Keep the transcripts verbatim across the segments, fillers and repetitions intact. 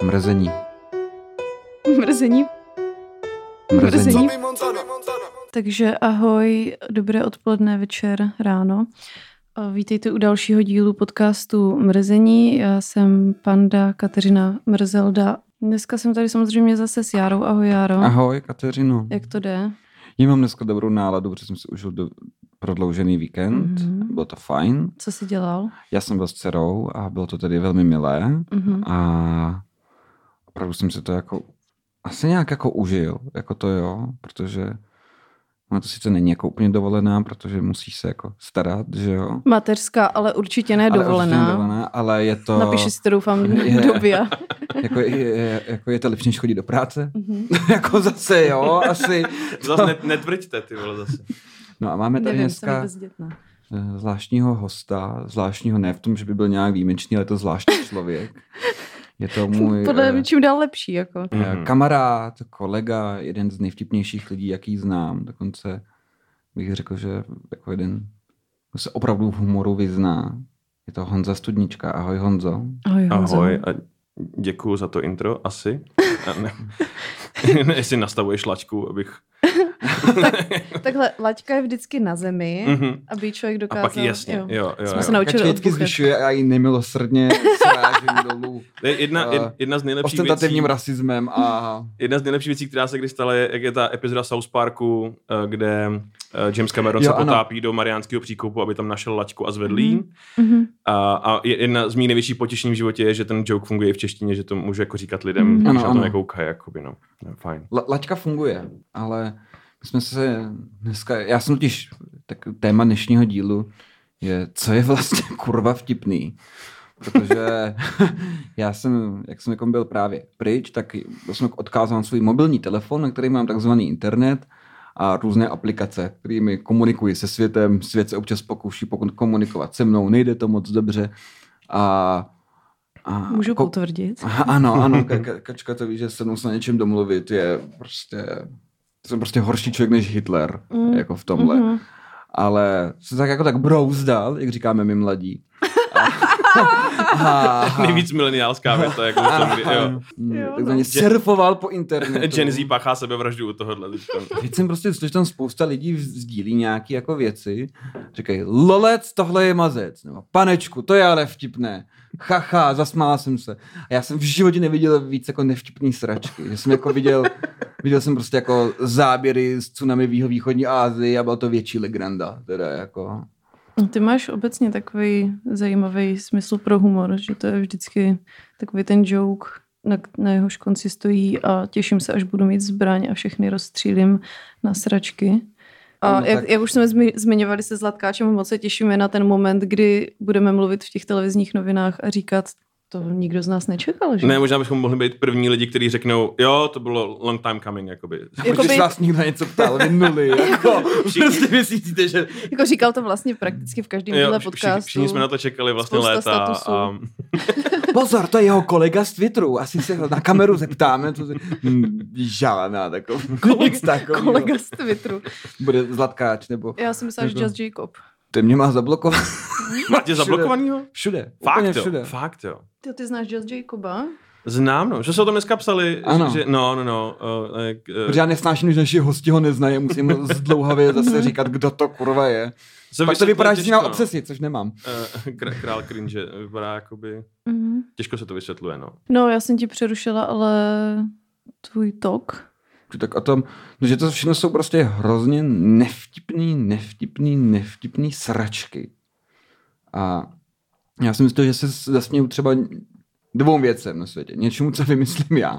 Mrzení. Mrzení. Mrzení. Mrzení. Takže ahoj, dobré odpoledne, večer, ráno. Vítejte u dalšího dílu podcastu Mrzení. Já jsem Panda Kateřina Mrzelda. Dneska jsem tady samozřejmě zase s Járou. Ahoj, Járo. Ahoj, Kateřino. Jak to jde? Já mám dneska dobrou náladu, protože jsem si užil do prodloužený víkend. Mm-hmm. Bylo to fajn. Co jsi dělal? Já jsem byl s dcerou a bylo to tedy velmi milé. Mm-hmm. A opravdu jsem si to jako asi nějak jako užil, jako to jo, protože ono to sice není jako úplně dovolená, protože musíš se jako starat, že jo. Mateřská, ale určitě ne dovolená. Ale, určitě dovolená, ale je to... Napiši si to, doufám, je, době. Jako je, je, jako je to lepší, než chodit do práce. Mm-hmm. Jako zase, jo, asi. Zase net, netvrďte, ty vole, zase. No a máme tady Nevím, dneska zvláštního hosta, zvláštního ne v tom, že by byl nějak výjimečný, ale je to zvláštní člověk. Je to můj... Podle mě čím dál lepší, jako. Mm-hmm. Kamarád, kolega, jeden z nejvtipnějších lidí, jaký znám. Dokonce bych řekl, že jako jeden, kdo se opravdu v humoru vyzná. Je to Honza Studnička. Ahoj, Honzo. Ahoj, Honzo. Ahoj a děkuju za to intro, asi. Ne, ne, jestli nastavuješ laťku, abych... tak, takhle, laťka je vždycky na zemi, mm-hmm. aby člověk dokázal... A pak jasně, jo. jo, jo Jsme jo. se naučili odbuchat. Vždycky zvyšuje a ji nemilosrdně srážím dolů. Jedna, uh, jedna z nejlepších ostentativním věcí, rasismem a... Jedna z nejlepších věcí, která se kdy stala, je, jak je ta epizoda South Parku, kde James Cameron jo, se ano. potápí do Mariánského příkopu, aby tam našel laťku a zvedl jí. Mm-hmm. A, a jedna z mých největších potěšení v životě je, že ten joke funguje i v češtině, že to můžu jako říkat lidem, mm-hmm. když na to nekoukají, jakoby, no. no fajn. La, laťka funguje, ale my jsme se dneska, já jsem totiž, tak téma dnešního dílu je, co je vlastně kurva vtipný. Protože já jsem, jak jsem jako byl právě pryč, tak jsem odkázal na svůj mobilní telefon, na který mám takzvaný internet a různé aplikace, kterými komunikuji se světem. Svět se občas pokouší komunikovat se mnou, nejde to moc dobře. A, a Můžu ko- potvrdit. A, ano, ano, ka- ka- Kačka to ví, že se mnou se na něčem domluvit je prostě... Jsem prostě horší člověk než Hitler, mm. jako v tomhle. Mm-hmm. Ale se tak jako tak brouzdal, jak říkáme my mladí. A... Nejvíc mileniálská věta, jako v tom, kdy, jo. jo. Takzvaně surfoval po internetu. Gen Z páchá sebevraždu u tohohle. Teď jsem prostě, že tam spousta lidí sdílí nějaký jako věci. Říkají, lolec, tohle je mazec. Nebo panečku, to je ale vtipné. Chacha, zasmál jsem se. A já jsem v životě neviděl víc jako nevtipný sračky. Že jsem jako viděl, viděl jsem prostě jako záběry z tsunami v jihovýchodní Asii a byla to větší legranda. Teda jako... Ty máš obecně takový zajímavý smysl pro humor, že to je vždycky takový ten joke, na, na jehož konci stojí a těším se, až budu mít zbraň a všechny rozstřílím na sračky. A no, jak, tak... jak už jsme zmi, zmiňovali se Zlatkáčem, moc se těšíme na ten moment, kdy budeme mluvit v těch televizních novinách a říkat, to nikdo z nás nečekal, že? Ne, možná bychom mohli být první lidi, kteří řeknou, jo, to bylo long time coming, jakoby. Jakoby... Protože vás někdo něco ptal, vy nuly, jako, prostě myslíte, že... Jako říkal to vlastně prakticky v každém díle podcastu. Všichni jsme na to čekali vlastně léta. A... Pozor, to je jeho kolega z Twitteru, asi se na kameru zeptáme, to je žádná taková. Kolega, kolega z Twitteru. Bude Zlatkáč, nebo... Já jsem myslela, že Just Jacob. Ty mě má zablokovat. Máte zablokovanýho? Všude. Fakt jo, všude. fakt jo. Ty, ty znáš Just Jacoba? Znám, no. Že se o tom dneska psali, ano. Že, no, no, no. Uh, uh, Protože já nesnáším, že naši hosti ho neznají, musím zdlouhavě zase říkat, kdo to kurva je. Se Pak to vypadá, že měl obsesy, což nemám. Uh, král cringe, vypadá jakoby... Mm-hmm. Těžko se to vysvětluje, no. No, já jsem ti přerušila, ale tvůj tok... Tak o tom, že to všechno jsou prostě hrozně nevtipný, nevtipný, nevtipný sračky. A já si myslím, že se zasměju třeba dvou věcem na světě. Něčemu, co vymyslím já.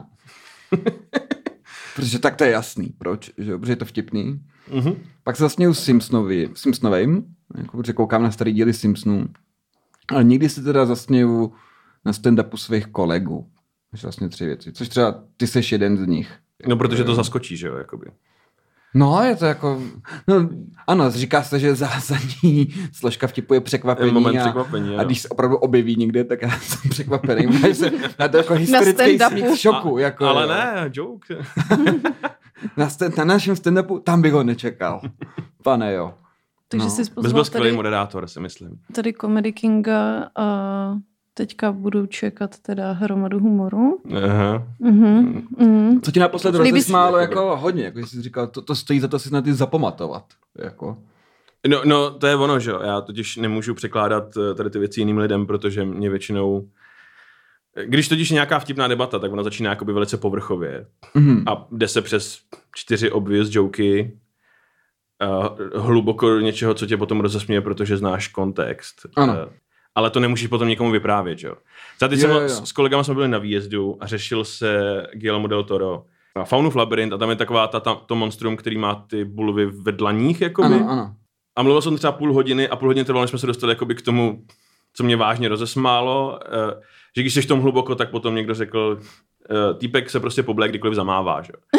Protože tak to je jasný. Proč? Že, protože je to vtipný. Mm-hmm. Pak se zasměju Simpsonovi, Simpsonovým, jako, protože koukám na starý díly Simpsonů. Ale někdy se teda zasměju na stand-upu svých kolegů. Což vlastně tři věci. Což třeba ty seš jeden z nich. No, protože to zaskočí, že jo, jakoby. No, je to jako... No, ano, říká se, že zásadní složka vtipu je překvapení. Moment a, překvapení, a když se opravdu objeví někde, tak já jsem překvapený. Na to jako historický smích šoku. A, jako, ale ne, joke. na, stand, na našem stand-upu, tam bych ho nečekal. Pane jo. Takže no. jsi pozval Bez byl skvělý tady, moderátor, si myslím. Tady Comedy Kinga a teďka budu čekat teda hromadu humoru. Aha. Mm-hmm. Mm. Co ti naposled rozesmálo jako hodně, jako jsi říkal, to, to stojí za to si na ty zapamatovat, jako. No, no, to je ono, že jo, já totiž nemůžu překládat tady ty věci jiným lidem, protože mě většinou, když totiž nějaká vtipná debata, tak ona začíná jakoby velice povrchově mm-hmm. a jde se přes čtyři obvious joky, uh, hluboko do něčeho, co tě potom rozesměje, protože znáš kontext. Ano. Uh, ale to nemůžeš potom někomu vyprávět, jo. Za teď jo, jsem, jo. s kolegama jsme byli na výjezdu a řešil se Guillermo del Toro a Faunův labyrint a tam je taková ta, ta, to monstrum, který má ty bulvy ve dlaních, jakoby. Ano, ano. A mluvil jsem třeba půl hodiny a půl hodiny trvalo, než jsme se dostali jakoby k tomu, co mě vážně rozesmálo, uh, že když jsi v tom hluboko, tak potom někdo řekl, uh, týpek se prostě poblé, kdykoliv zamává, že jo.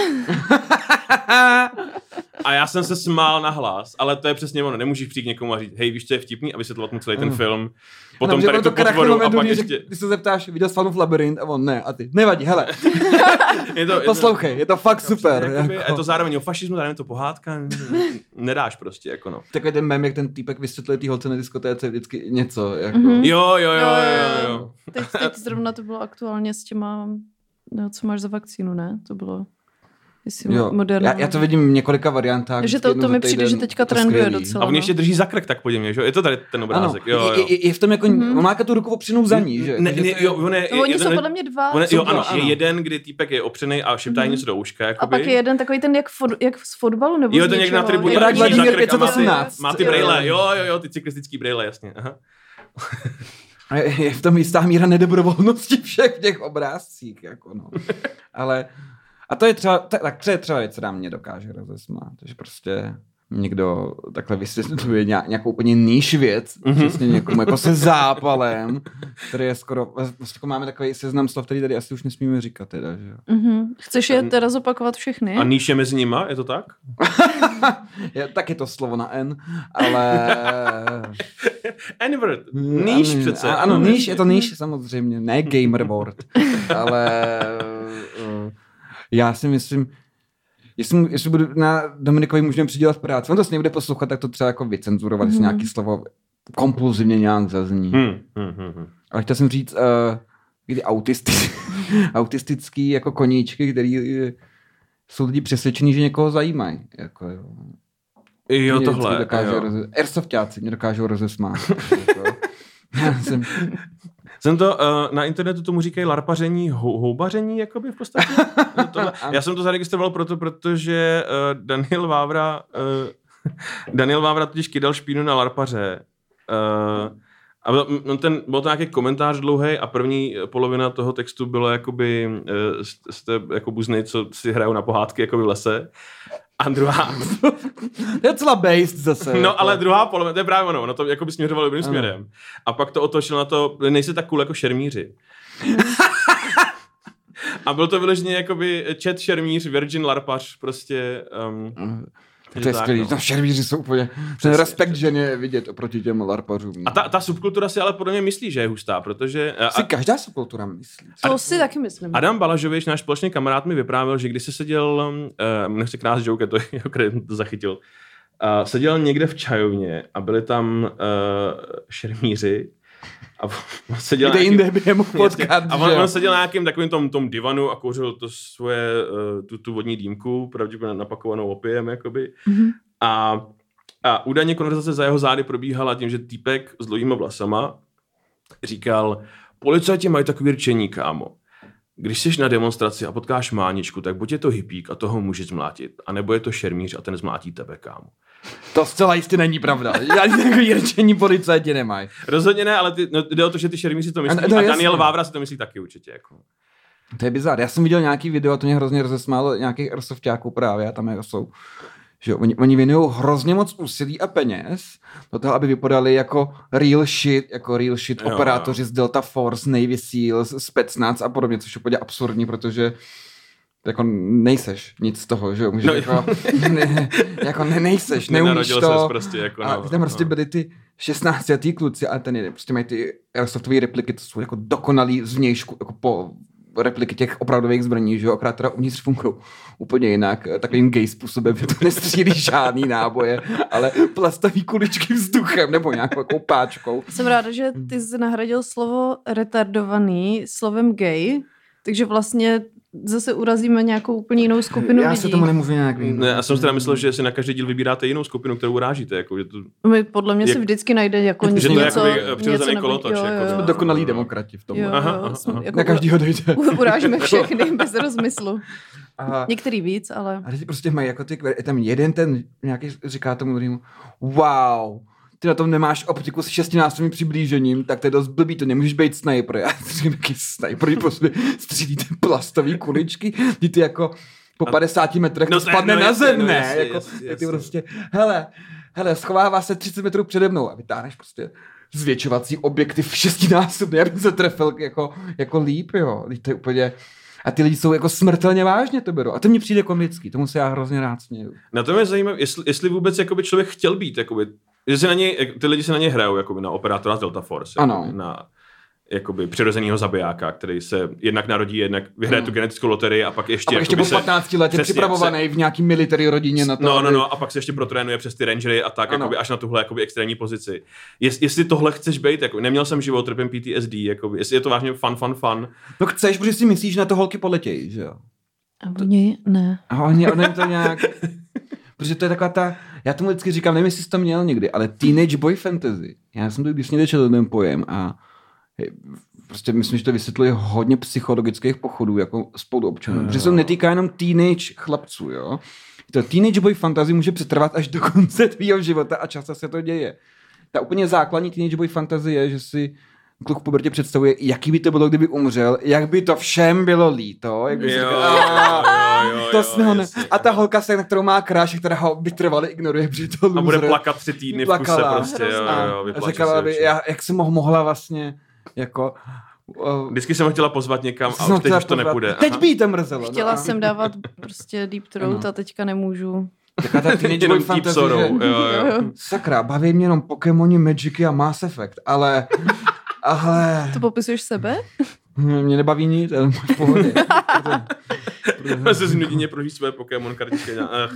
A já jsem se smál na hlas, ale to je přesně ono, nemůžeš přijít někomu a říct, hej, víš, co je vtipný a vysvětlovat mu celý ten film, potom ano, tady tu potvoru a pak ještě... Ty se zeptáš, viděl jsi Faunův labyrint a on ne, a ty, nevadí, hele, je to, poslouchej, je to, je to fakt je super. To, jakoby, jako... Je to zároveň o fašismu, zároveň to pohádka, nedáš prostě, jako no. Takový ten mem, jak ten týpek vysvětluje tý holce na diskotéce vždycky něco, jako. Mm-hmm. Jo, jo, jo, jo, jo. Teď, teď zrovna to bylo aktuálně s těma, no, co máš za vakcínu, ne? To bylo... Jo, já, já to vidím v několika variantách. Takže to, to mi přijde, že teďka trenduje docela. A on ještě drží za krk, tak podle mě, že je to tady ten obrázek. Ano, jo, jo. Je, je v tom jako, mm-hmm. on má tu ruku opřenou za ní, že? Ne, ne, jo, on je, no, oni jeden, jsou podle mě dva. On je, jo, ano, ano. je jeden, kdy týpek je opřenej a šeptá mm-hmm. něco do uška, jakoby. A pak je jeden takový ten jak, fot, jak z fotbalu, nebo jo, z to někde na tribuně. Vypadá Vladimír pět set osmnáct. Má ty brejle, jo, jo, jo, ty cyklistický brejle, jasně. Aha. Je, je v tom jistá míra nedobrovolnosti všech těch obrázcích, jako no. Ale... A to je třeba, tak to je třeba věc, která mě dokáže rozesmát, že prostě někdo takhle vysvětluje nějakou úplně níž věc, mm-hmm. přesně někomu jako se zápalem, který je skoro, vlastně máme takový seznam slov, který tady asi už nesmíme říkat teda, že jo. Mm-hmm. Chceš je teda zopakovat všechny? A níž je mezi nima, je to tak? je, tak je to slovo na N, ale... N-word, níž přece. Ano, níž, je to níž samozřejmě, ne gamer word, ale... Já si myslím, jestli, jestli budu na Dominikovi můžeme přidělat práci, on to s nebude poslouchat, tak to třeba jako vycenzurovat, jestli mm-hmm. nějaký slovo kompulzivně nějak zazní. Hmm, hmm, hmm. Ale chtěl jsem říct, uh, kdy autistický, autistický jako koníčky, který uh, jsou lidi přesvědčení, že někoho zajímají. Jako, jo. jo, tohle. Roze... Airsoftáci mě dokážou rozesmát. jako. Já jsem... Jsem to, uh, na internetu tomu říkají larpaření, hou, houbaření, jakoby v podstatě. Já jsem to zaregistroval proto, protože uh, Daniel Vávra, uh, Daniel Vávra totiž kydal špínu na larpaře. Uh, a byl, ten, byl to nějaký komentář dlouhý a první polovina toho textu bylo jakoby, uh, jste jako buznej, co si hrajou na pohádky jakoby v lese. A druhá... to je celá based zase. No, jako. Ale druhá polovina, to je právě ono, ono to jako by směřovalo dobrým směrem. A pak to otočil na to, nejsi tak cool jako šermíři. A byl to vyloženě jakoby chat šermíř, virgin larpař, prostě... Um, to je skvělý, no. Šermíři jsou úplně... Ten respekt ženě je vidět oproti těm larpařům. A ta, ta subkultura si ale podle mě myslí, že je hustá, protože... A, si každá subkultura myslí. To a, si taky myslím. Adam Balažovič, náš společný kamarád, mi vyprávěl, že když se seděl, uh, nechci krát joke, to jeho kredit to zachytil, uh, seděl někde v čajovně a byli tam uh, šermíři a seděl kde jinde by je mohl potkat, a on, on seděl na nějakým takovým tom, tom divanu a kouřil to svoje, uh, tu, tu vodní dýmku, pravděpodobně napakovanou opiem, jakoby. Mm-hmm. A, a údajně konverzace za jeho zády probíhala tím, že týpek s dlouhýma vlasama říkal, policajti mají takový rčení, kámo. Když jsi na demonstraci a potkáš máničku, tak buď je to hippík a toho můžeš zmlátit, anebo je to šermíř a ten zmlátí tebe, kámo. To zcela jistě není pravda. Žádný takový rčení policajti nemají. Rozhodně ne, ale ty, no, jde o to, že ty šermíři to myslí a, no, a Daniel Vávra si to myslí taky určitě. Jako. To je bizár. Já jsem viděl nějaký video a to mě hrozně rozesmálo nějakých airsoftáků právě a tam jako jsou. Že oni, oni věnují hrozně moc úsilí a peněz do toho, aby vypadali jako real shit, jako real shit jo, operátoři jo. z Delta Force, Navy Seals, Spetsnaz a podobně, což je úplně absurdní, protože jako nejseš nic z toho, že jo, můžeš no, jako, ne, jako ne, nejseš, neumíš to prostě, jako a no, tam prostě no. byli ty šestnáctiletí kluci a ten jeden, prostě mají ty airsoftové repliky, to jsou jako dokonalý zvnějšku, jako po repliky těch opravdových zbraní, že jo, akorát teda uvnitř funkují úplně jinak, takovým gay způsobem, že to nestřílí žádný náboje, ale plastový kuličky vzduchem nebo nějakou páčkou. Jsem ráda, že ty jsi nahradil slovo retardovaný slovem gay, takže vlastně zase urazíme nějakou úplně jinou skupinu já lidí. Já se tomu nemůžu nějak vyhnout. Ne, já jsem si teda myslel, že si na každý díl vybíráte jinou skupinu, kterou urážíte. Jako, že to... My podle mě jak... se vždycky najde jako že něco, to je přirozený kolotoč. Jo, jo, jako, jo. Dokonalí demokrati v tom. Jo, aha, jo, aha, jsme, aha. jako Na každýho dojde. Urážíme všechny bez rozmyslu. Aha. Některý víc, ale... A ty prostě mají jako ty, je tam jeden ten nějaký říká tomu druhému, wow, ty na tom nemáš optiku s šestinásobným přiblížením, tak to je dost blbý, to nemůžeš být sniper. Já říkám, jaký sniper, když prostě střílíte plastový kuličky, ty ty jako po padesáti metrech no, to spadne no, na zem, no, ne? jasně, Jako, jasně, ty prostě, hele, hele, schovává se třicet metrů přede mnou a vytáhneš prostě zvětšovací objektiv šestinásobný, aby se trefil jako, jako líp, jo. To je úplně... A ty lidi jsou jako smrtelně vážně to berou. A to mně přijde komický, tomu se já hrozně rád směju. Na to mě zajímavé, jestli, jestli vůbec jakoby člověk chtěl být, jakoby, že se na něj, ty lidi se na něj hrajou, jakoby na operátora z Delta Force, jakoby, na jakoby přirozenýho zabijáka, který se jednak narodí, jednak vyhraje mm. tu genetickou loterii a pak ještě... A pak ještě po patnácti letech připravovaný se, v nějaký military rodině na to. No, no, no, a pak se ještě protrénuje přes ty rangery a tak, jakoby, až na tuhle jakoby, extrémní pozici. Jest, jestli tohle chceš být, jako, neměl jsem život, trpím P T S D, jakoby, jestli je to vážně fun, fun, fun. No chceš, protože si myslíš, že na to holky poletějí, že jo? A oni ne. A oni, oni to nějak... Protože to je taková ta, já tomu vždycky říkám, nevím, jestli jsi to měl někdy, ale teenage boy fantasy. Já jsem to když někde četl ten pojem a prostě myslím, že to vysvětluje hodně psychologických pochodů jako spoluobčanů. Protože se to netýká jenom teenage chlapců, jo. To teenage boy fantasy může přetrvat až do konce tvýho života a často se to děje. Ta úplně základní teenage boy fantasy je, že si kluk v pubertě představuje, jaký by to bylo, kdyby umřel, jak by to všem bylo líto, jak by si říkal, to jsme ho ne... A ta holka se, na kterou má kráš, která ho vytrvale ignoruje, protože to loser. A bude plakat tři týdny v kuse prostě, jo, jo, a říkala by, já, jak jsem ho mohla vlastně, jako... Uh, Vždycky jsem ho chtěla pozvat někam a už teď už to pozvat. Nepůjde. Teď by jí to mrzelo. Chtěla no. jsem dávat prostě Deep Throat a teďka nemůžu. Taká ta teenage boy fantasy, že... Jo, jo. Sakra, baví mě jenom Pokémoni, Magicy a Mass Effect, ale... ale... To popisuješ sebe? Mě nebaví nic, ale máš v pohodě. Já se znuděně prožít své Pokémon kartičky.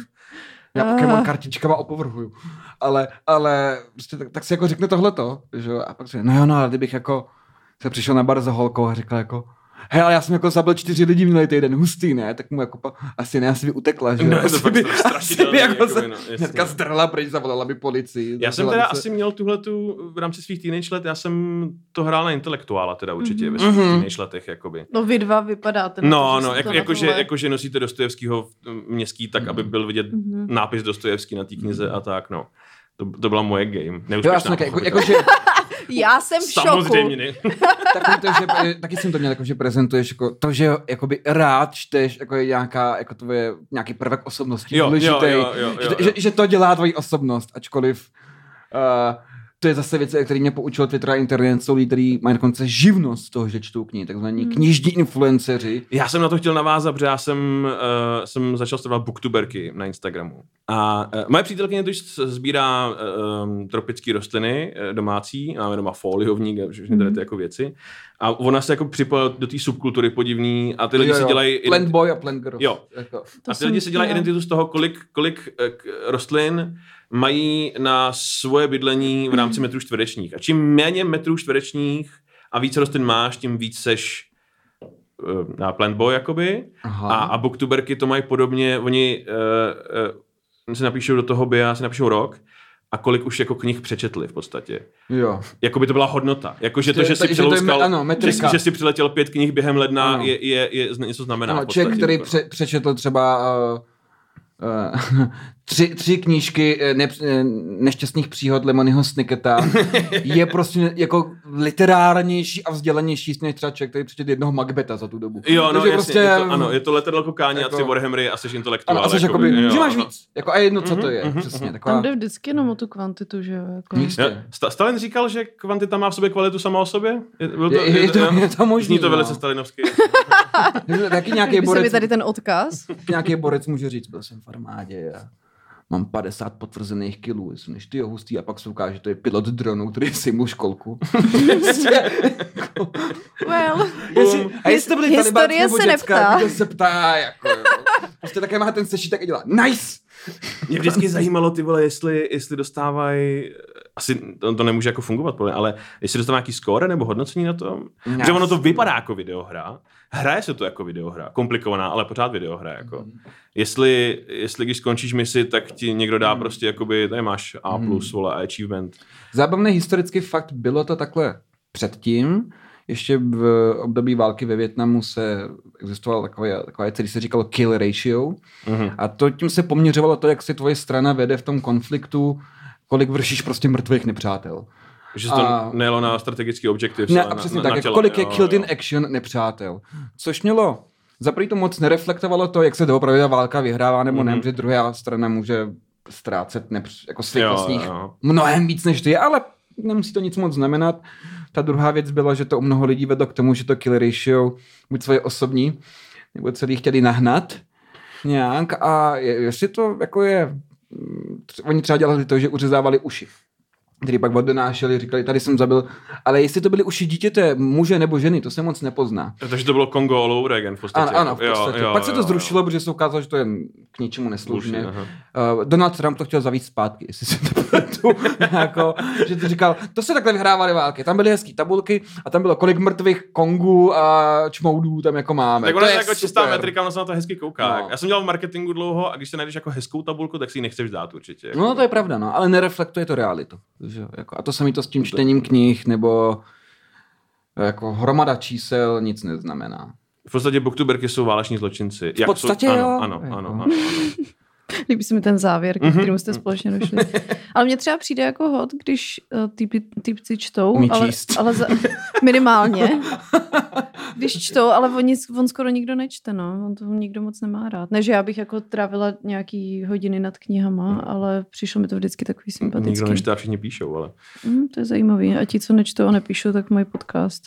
Já Pokémon kartičkama opovrhuju. Ale, ale prostě tak, tak si jako řekne tohleto, že a pak si, no jo, no, ale kdybych jako se přišel na bar za holkou a říkal jako, hej, ale já jsem jako zabil čtyři lidi minulý týden, hustý, ne? Tak mu jako pa, asi ne, asi by utekla, že? No, to asi by, asi by jako se no, hnedka zdrhla pryč, zavolala by policii. Já jsem teda se... asi měl tuhletu v rámci svých teenage let, já jsem to hrál na intelektuála teda určitě mm-hmm. ve svých mm-hmm. teenage letech, jakoby. No vy dva vypadáte. No, no, jako, jakože jako, že nosíte Dostojevskýho městský, tak mm-hmm. aby byl vidět mm-hmm. nápis Dostojevský na té knize mm-hmm. a tak, no. To, to byla moje game. Neúspěšná. Jo, jako, jako, že... Já jsem v šoku. Samozřejmě ne. Takový to, že, taky jsem to měl, jako, že prezentuješ jako to, že jakoby rád čteš jako je nějaká, jako tvoje, nějaký prvek osobnosti jo, důležitý, jo, jo, jo, jo, jo. Že, že, že to dělá tvoji osobnost, ačkoliv uh, to je zase věc, který mě poučil Twitter a internet, jsou lidi, kteří mají dokonce živnost z toho, že čtou knihy, takzvaní hmm. knižní influenceři. Já jsem na to chtěl navázat, protože já jsem, uh, jsem začal studovat booktuberky na Instagramu. A uh, moje přítelkyně totiž sbírá uh, tropické rostliny uh, domácí, máme doma foliovník a všechny tady ty jako věci. A ona se jako připojila do té subkultury podivný a ty lidi jo, jo. si dělají... Plant boy a plant girl. Jo. Jako. A ty lidi si dělají identitu z toho, kolik, kolik uh, rostlin mají na svoje bydlení v rámci metrů čtverečních. A čím méně metrů čtverečních a více rostlin máš, tím víc seš uh, na plant boy, jakoby. A, a booktuberky to mají podobně. Oni uh, uh, si napíšou do toho bia, si napíšou rok a kolik už jako knih přečetli v podstatě. Jo. Jakoby to byla hodnota. Jakože to, že si přelouskal, ano, že, že si přiletěl pět knih během ledna, je, je, je, je něco znamená. Ano, člověk, který pře- přečetl třeba... Uh... Uh, tři, tři knížky ne, nešťastných příhod Lemonyho Snicketa je prostě jako literárnější a vzdělanější než třeba člověk, který přečet jednoho Macbeta za tu dobu. Jo, no jasně, prostě, je to, ano, je to Letadlo koukání jako, a tři Warhammery a jsi intelektuál. Ano, a jsi jakoby, jakoby že máš víc. Jako, a jedno, co to je, mm-hmm, přesně. Mm-hmm. Taková... Tam jde vždycky jenom o tu kvantitu, že jo. Jako. Ja, Stalin říkal, že kvantita má v sobě kvalitu sama o sobě? Je, to, je, je, je, to, je to možný. Zní to no. velice stalinovsky. Taky nějaký borec... mi tady ten odkaz. Nějaký borec může říct, byl jsem v armádě a mám padesát potvrzených kilů, než ty jo hustý a pak se ukáže, že to je pilot dronu, který si mu školku. Well. jestli, a jestli to byli talibáci nebo se děcka, kdo se ptá, jako jo. Prostě také má ten sešítek a dělá nice. Mě vždycky zajímalo, ty vole, jestli, jestli dostávají, asi to, to nemůže jako fungovat, ale jestli dostávají nějaký skóre nebo hodnocení na tom, yes. Že ono to vypadá jako videohra, hraje se to jako videohra, komplikovaná, ale pořád videohra, jako. Mm. Jestli, jestli když skončíš misi, tak ti někdo dá mm. prostě, jakoby, tady máš A plus, mm. vole, achievement. Zábavný historický fakt, bylo to takhle předtím, ještě v období války ve Vietnamu se existoval takové, takové který se říkalo kill ratio mm-hmm. a to tím se poměřovalo to, jak si tvoje strana vede v tom konfliktu, kolik vršíš prostě mrtvých nepřátel. Že to a... nejelo na strategický objektiv. Ne, a přesně na, tak, na těle, kolik jo, je killed jo. in action nepřátel. Což mělo, za první to moc nereflektovalo to, jak se doopravdy válka vyhrává nebo mm-hmm. ne, že druhá strana může ztrácet nepř- jako svých vlastních mnohem víc než ty, ale nemusí to nic moc znamenat. Ta druhá věc byla, že to u mnoho lidí vedlo k tomu, že to kill ratio buď svoje osobní, nebo celý chtěli nahnat nějak a je, jestli to jako je, tři, oni třeba dělali to, že uřezávali uši, který pak odnášeli, říkali, tady jsem zabil, ale jestli to byly uši dítěte, muže nebo ženy, to se moc nepozná. Takže to bylo Kongo all over again v podstatě. Ano, ano v podstatě. Jo, jo, pak se to zrušilo, jo. Protože se ukázalo, že to je k ničemu neslouží. Uh, Donald Trump to chtěl zavíct zpátky, jestli se to pletu, jako, že to říkal, to se takhle vyhrávaly války, tam byly hezký tabulky a tam bylo kolik mrtvých Kongů a čmoudů tam jako máme. Tak ono je jako čistá metrika, ono se na to hezky kouká. No. Já jsem dělal v marketingu dlouho a když se najdeš jako hezkou tabulku, tak si ji nechceš dát určitě. Jako. No to je pravda, no, ale nereflektuje to realitu. Že, jako, a to se mi to s tím čtením knih nebo jako hromada čísel nic neznamená. V podstatě booktuberky jsou váleční zločinci. V podstatě jsou, jo. Ano, ano, ano, ano, ano. Líbí se mi ten závěr, k kterému jste společně došli. Ale mně třeba přijde jako hod, když uh, týpy, týpci čtou, Umí ale, číst. ale za, minimálně, když čtou, ale on, nic, on skoro nikdo nečte, no. On to nikdo moc nemá rád. Ne, že já bych jako trávila nějaký hodiny nad knihama, ale přišlo mi to vždycky takový sympatický. Nikdo nečte a všichni píšou, ale... Mm, to je zajímavý. A ti, co nečtou a nepíšou, tak mají podcast.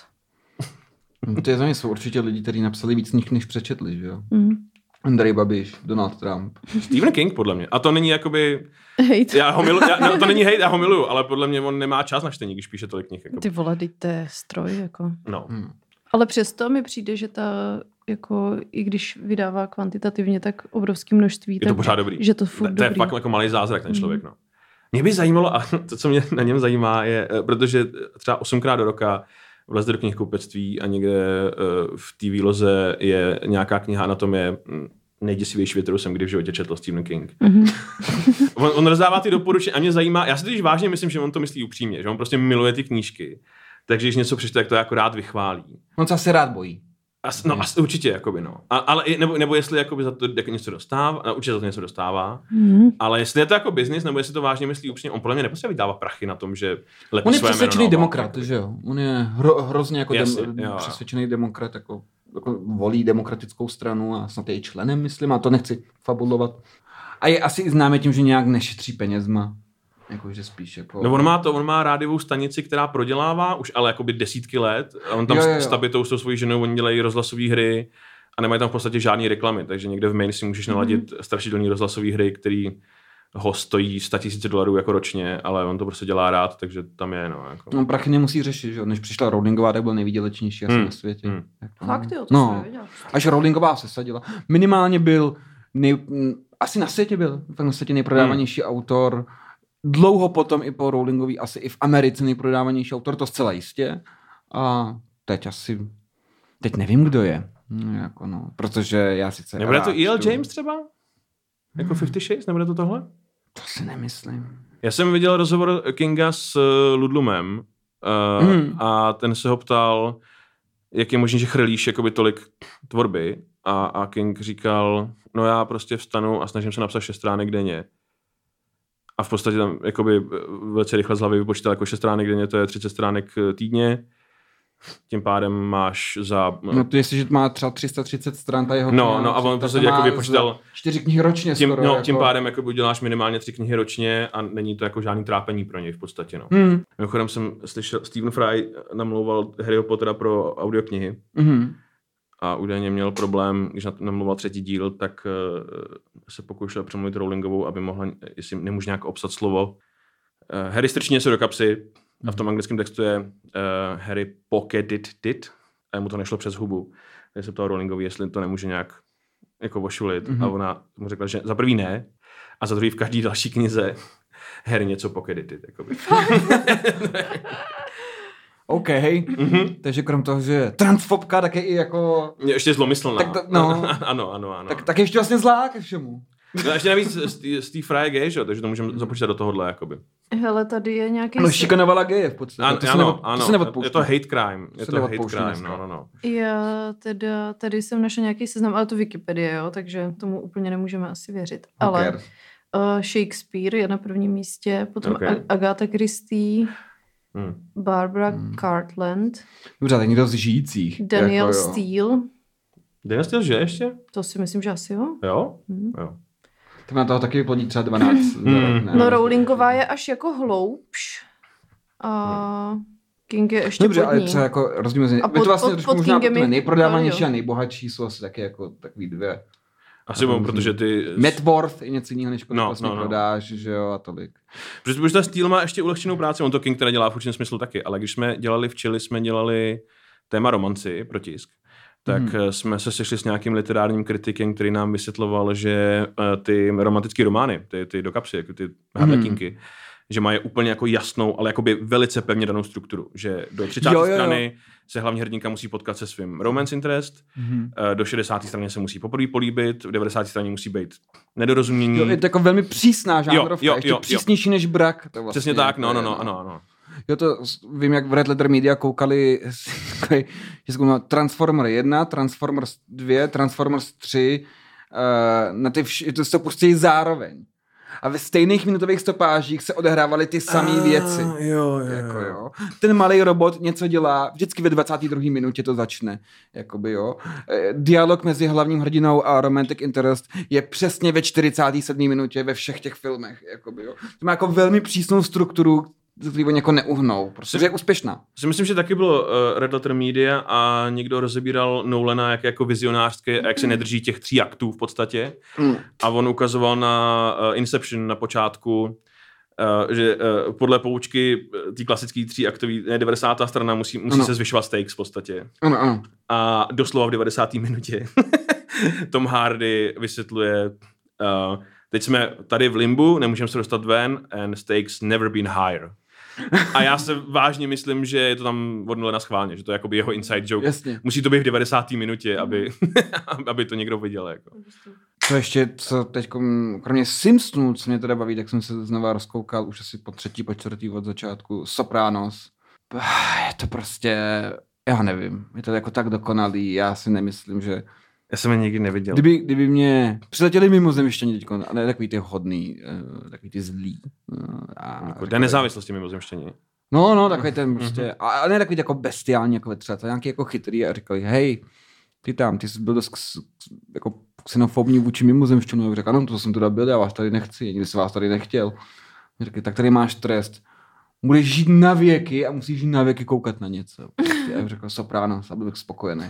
To je za mě jsou určitě lidi, kteří napsali víc knih, než přečetli, že jo? Mm. Andrej Babiš, Donald Trump. Stephen King, podle mě. A to není jakoby... Hejt. Já ho milu, já, no, to není hejt, já ho miluju, ale podle mě on nemá čas na čtení, když píše tolik knih. Jako. Ty vole, teď to je stroj, jako. No. Hmm. Ale přesto mi přijde, že ta, jako, i když vydává kvantitativně tak obrovské množství, je to tak, pořád dobrý. Že to furt to, to je dobrý. fakt jako malý zázrak, ten člověk, no. Mě by zajímalo, a to, co mě na něm zajímá, je, protože třeba osmkrát do roka vlezte do knihkupectví a někde v té výloze je nějaká kniha anatomie nejděsivější věc, kterou jsem kdy v životě četl, Stephen King. Mm-hmm. on, on rozdává ty doporučení a mě zajímá, já si totiž vážně myslím, že on to myslí upřímně, že on prostě miluje ty knížky, takže když něco přečte, tak to jako rád vychválí. On se asi rád bojí. As, no, as, určitě, jakoby, no. A, ale, nebo, nebo jestli jakoby za to jako něco dostává, no, určitě za to něco dostává, mm. ale jestli je to jako business, nebo jestli to vážně myslí upřímně, on podle mě nepotřebuje vydávat prachy na tom, že lepí on je své přesvědčený jméno, demokrat, že jo? On je hro, hrozně jako Jasně, dem, jo, přesvědčený demokrat, jako, jako volí demokratickou stranu a snad je i členem, myslím, a to nechci fabulovat. A je asi i známé tím, že nějak nešetří penězma. Jakože spíš jako... No on má to, on má rádiovou stanici, která prodělává už ale jakoby desítky let. A on tam jo, jo, jo. s Tabitou, s tou svojí ženou, oni dělají rozhlasové hry a nemají tam v podstatě žádný reklamy, takže někde v main si můžeš naladit mm-hmm. strašidelný rozhlasové hry, který ho stojí sto tisíc dolarů jako ročně, ale on to prostě dělá rád, takže tam je, no. Jako. No prachy nemusí řešit, že jo. Než přišla Rowlingová, tak byl nejvýdělečnější asi hmm. na světě. Hmm. Jako, Fakt jo, to no. jsem nevěděl. Až Rowlingová se sadila. Minimálně byl, nej, asi na světě byl, na světě nejprodávanější hmm. autor. Dlouho potom i po Rowlingový, asi i v Americe nejprodávanější autor, to zcela jistě. A teď asi, teď nevím, kdo je. No, jako no, protože já sice... Nebude to E L James třeba? Jako Fifty Shades? Nebude to tohle? To si nemyslím. Já jsem viděl rozhovor Kinga s Ludlumem uh, mm. a ten se ho ptal, jak je možné, že chrlíš jakoby tolik tvorby a, a King říkal, no já prostě vstanu a snažím se napsat šest stránek denně. A v podstatě tam jakoby velice rychle z hlavy vypočítal jako šest stránek denně, to je třicet stránek týdně. Tím pádem máš za... No to jestliže má třeba tři sta třicet stran ta jeho No, kniha, no a on v podstatě jako vypočítal... Čtyři knihy ročně tím, skoro. No, jako... tím pádem jako uděláš minimálně tři knihy ročně a není to jako žádný trápení pro něj v podstatě, no. Hmm. Mimochodem jsem slyšel, Stephen Fry namlouval Harryho Pottera pro audioknihy hmm. a údajně měl problém, když namlouval třetí díl, tak uh, se pokoušel přemluvit Rowlingovou, aby mohla, jestli nemůže nějak obsat slovo. Uh, Harry strčí něco do kapsy, a v tom anglickém textu je uh, Harry pocketed it. a mu to nešlo přes hubu. Takže se ptal Rowlingovi, jestli to nemůže nějak jako ošulit. Mm-hmm. A ona mu řekla, že za prvý ne, a za druhý v každý další knize Harry něco pokedited. OK, mm-hmm. takže krom toho, že je transfobka, tak je i jako... Je ještě zlomyslná. Tak to, no. ano, ano, ano. Tak, tak ještě vlastně zlá ke všemu. No a ještě navíc z té Fry je gay, že? Takže to můžeme započítat do tohohle, jakoby. Hele, tady je nějaký... No, šikanovala geje v podstatě. Ano, to se ano, neod, ano. To se neodpouští. Je to hate crime. Je to, to hate crime, dneska. no, no, no. Já teda, tady jsem našla nějaký seznam, ale to Wikipedie, jo, takže tomu úplně nemůžeme asi věřit. Ale uh, Shakespeare je na prvním místě, potom okay. Agatha Christie, hmm. Barbara hmm. Cartland. Dobře, tak někdo z žijících. Daniel jako, Steele. Daniel Steele žije ještě? To si myslím, že asi jo. Jo? Hmm. Jo. Tak na toho taky vyplodí třeba dvanáct. Hmm. No Rowlingová je až jako hloubš. A King je ještě dobře, pod ní. Ale třeba jako rozdíl mezi... A pod, vlastně pod, pod možná Kingem nejprodávanější a nejbohatší jsou asi taky jako takový dvě. Asi mám, protože ty... Net worth je něco jiného, než kolik no, vlastně no, no. prodáš, že jo, a tolik. Protože, protože ta Steele má ještě ulehčenou práci, on to King teda dělá v určitém smyslu taky, ale když jsme dělali v Chile, jsme dělali téma romanci pro tisk, tak hmm. jsme se sešli s nějakým literárním kritikem, který nám vysvětloval, že uh, ty romantické romány, ty, ty dokapsy, jako ty harlekinky, hmm. že mají úplně jako jasnou, ale jakoby velice pevně danou strukturu, že do třicáté jo, jo, jo. strany se hlavní hrdinka musí potkat se svým romance interest, mm-hmm. do šedesáté strany se musí poprvé políbit, v devadesáté straně musí být nedorozumění. Jo, je to jako velmi přísná žánrovka, jo, jo, ještě jo, přísnější jo. než brak. To vlastně přesně tak, no, no, no, ano, ano. Jo, to vím, jak v Red Letter Media koukali, že se koukali Transformer jedna, Transformers dva, Transformers tři, uh, na ty vš- to se to pustí zároveň. A ve stejných minutových stopážích se odehrávaly ty samé věci. Jo, jo, jako, jo. Ten malý robot něco dělá, vždycky ve dvacáté druhé minutě to začne. Jakoby, jo. Dialog mezi hlavním hrdinou a romantic interest je přesně ve čtyřicáté sedmé minutě ve všech těch filmech. Jakoby, jo. To má jako velmi přísnou strukturu, který oni jako neuhnou, protože je úspěšná. Si myslím, že taky bylo uh, Red Letter Media a někdo rozebíral Nolana jak jako vizionářské, mm. jak se nedrží těch tří aktů v podstatě. Mm. A on ukazoval na uh, Inception na počátku, uh, že uh, podle poučky té klasické tří aktový, ne, devadesátá strana musí, musí se zvyšovat stakes v podstatě. Ano, ano. A doslova v devadesáté minutě Tom Hardy vysvětluje uh, teď jsme tady v limbu, nemůžeme se dostat ven and stakes never been higher. A já se vážně myslím, že je to tam od Nolana schválně, že to je jakoby jeho inside joke. Jasně. Musí to být v devadesáté minutě, aby, aby to někdo viděl. Jako. Co ještě, co teď, kromě Simpsonů, co mě teda baví, tak jsem se znova rozkoukal už asi po třetí, po čtvrtý od začátku, Sopranos. Je to prostě, já nevím, je to jako tak dokonalý, já si nemyslím, že... Já jsem je nikdy neviděl. Kdyby, kdyby mě přiletěli mimozemštění teď, a ne takový ty hodný, takový ty zlý. A jako den nezávislosti mimozemštění. No, no, takový ten prostě, mm-hmm. a ne takový jako bestiální, jako třeba, to nějaký jako chytrý a říkali, hej, ty tam, ty jsi byl dost jako xenofobní vůči mimozemštěnů. A řekl, ano, to jsem teda byl, já vás tady nechci, nikdy jsem vás tady nechtěl. A řekli, tak tady máš trest. Budeš žít na věky a musíš žít na věky koukat na něco. Prostě. A já řekl Sopranos a byl bych spokojený.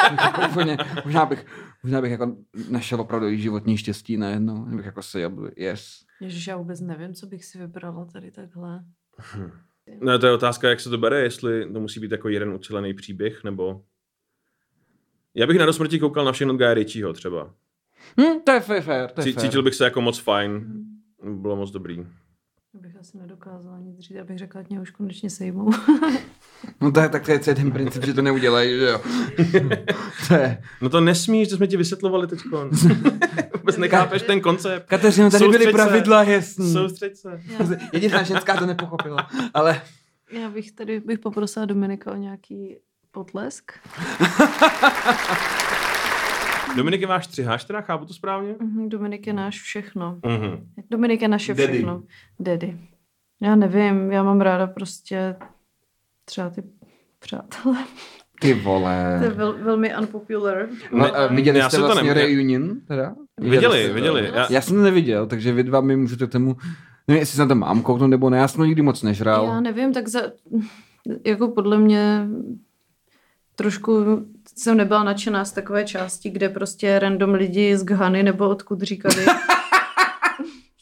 možná, bych, možná bych jako našel opravdu životní štěstí najednou. Bych jako se jel, yes. Ježiš, já vůbec nevím, co bych si vybrala tady takhle. Hm. No to je otázka, jak se to bere, jestli to musí být jako jeden ucelený příběh, nebo... Já bych na do smrti koukal na všechno od Guya Ritchieho třeba. Hm, to je fair, fair, to je fair. Cítil bych se jako moc fajn. Bylo moc dobrý. Já bych asi nedokázala nic říct, já bych řekla, ať mě už konečně sejmou. No tak, tak to je ten princip, že to neudělají, že jo. To je... No to nesmíš, to jsme ti vysvětlovali teďko. Vůbec nechápeš ten koncept. Kateřino, tady byly pravidla, jasný. Soustřeď se. Jediná ženská to nepochopila, ale... Já bych tady bych poprosila Dominika o nějaký potlesk. Dominik je váš střiháč, teda chápu to správně? Mm-hmm, Dominik je náš všechno. Mm-hmm. Dominik je naše Daddy. všechno. Daddy. Já nevím, já mám ráda prostě třeba ty přátelé. Ty vole. To je vel, velmi unpopular. No, viděli já jste vlastně ne... reunion? Teda? Viděli, jste, viděli. Já... já jsem to neviděl, takže vy dva mi můžete tomu... Nevím, jestli se na to mám kouknout, nebo ne, já jsem to nikdy moc nežral. Já nevím, tak za... jako podle mě... Trošku jsem nebyla nadšená z takové části, kde prostě random lidi z Ghany nebo odkud říkali. To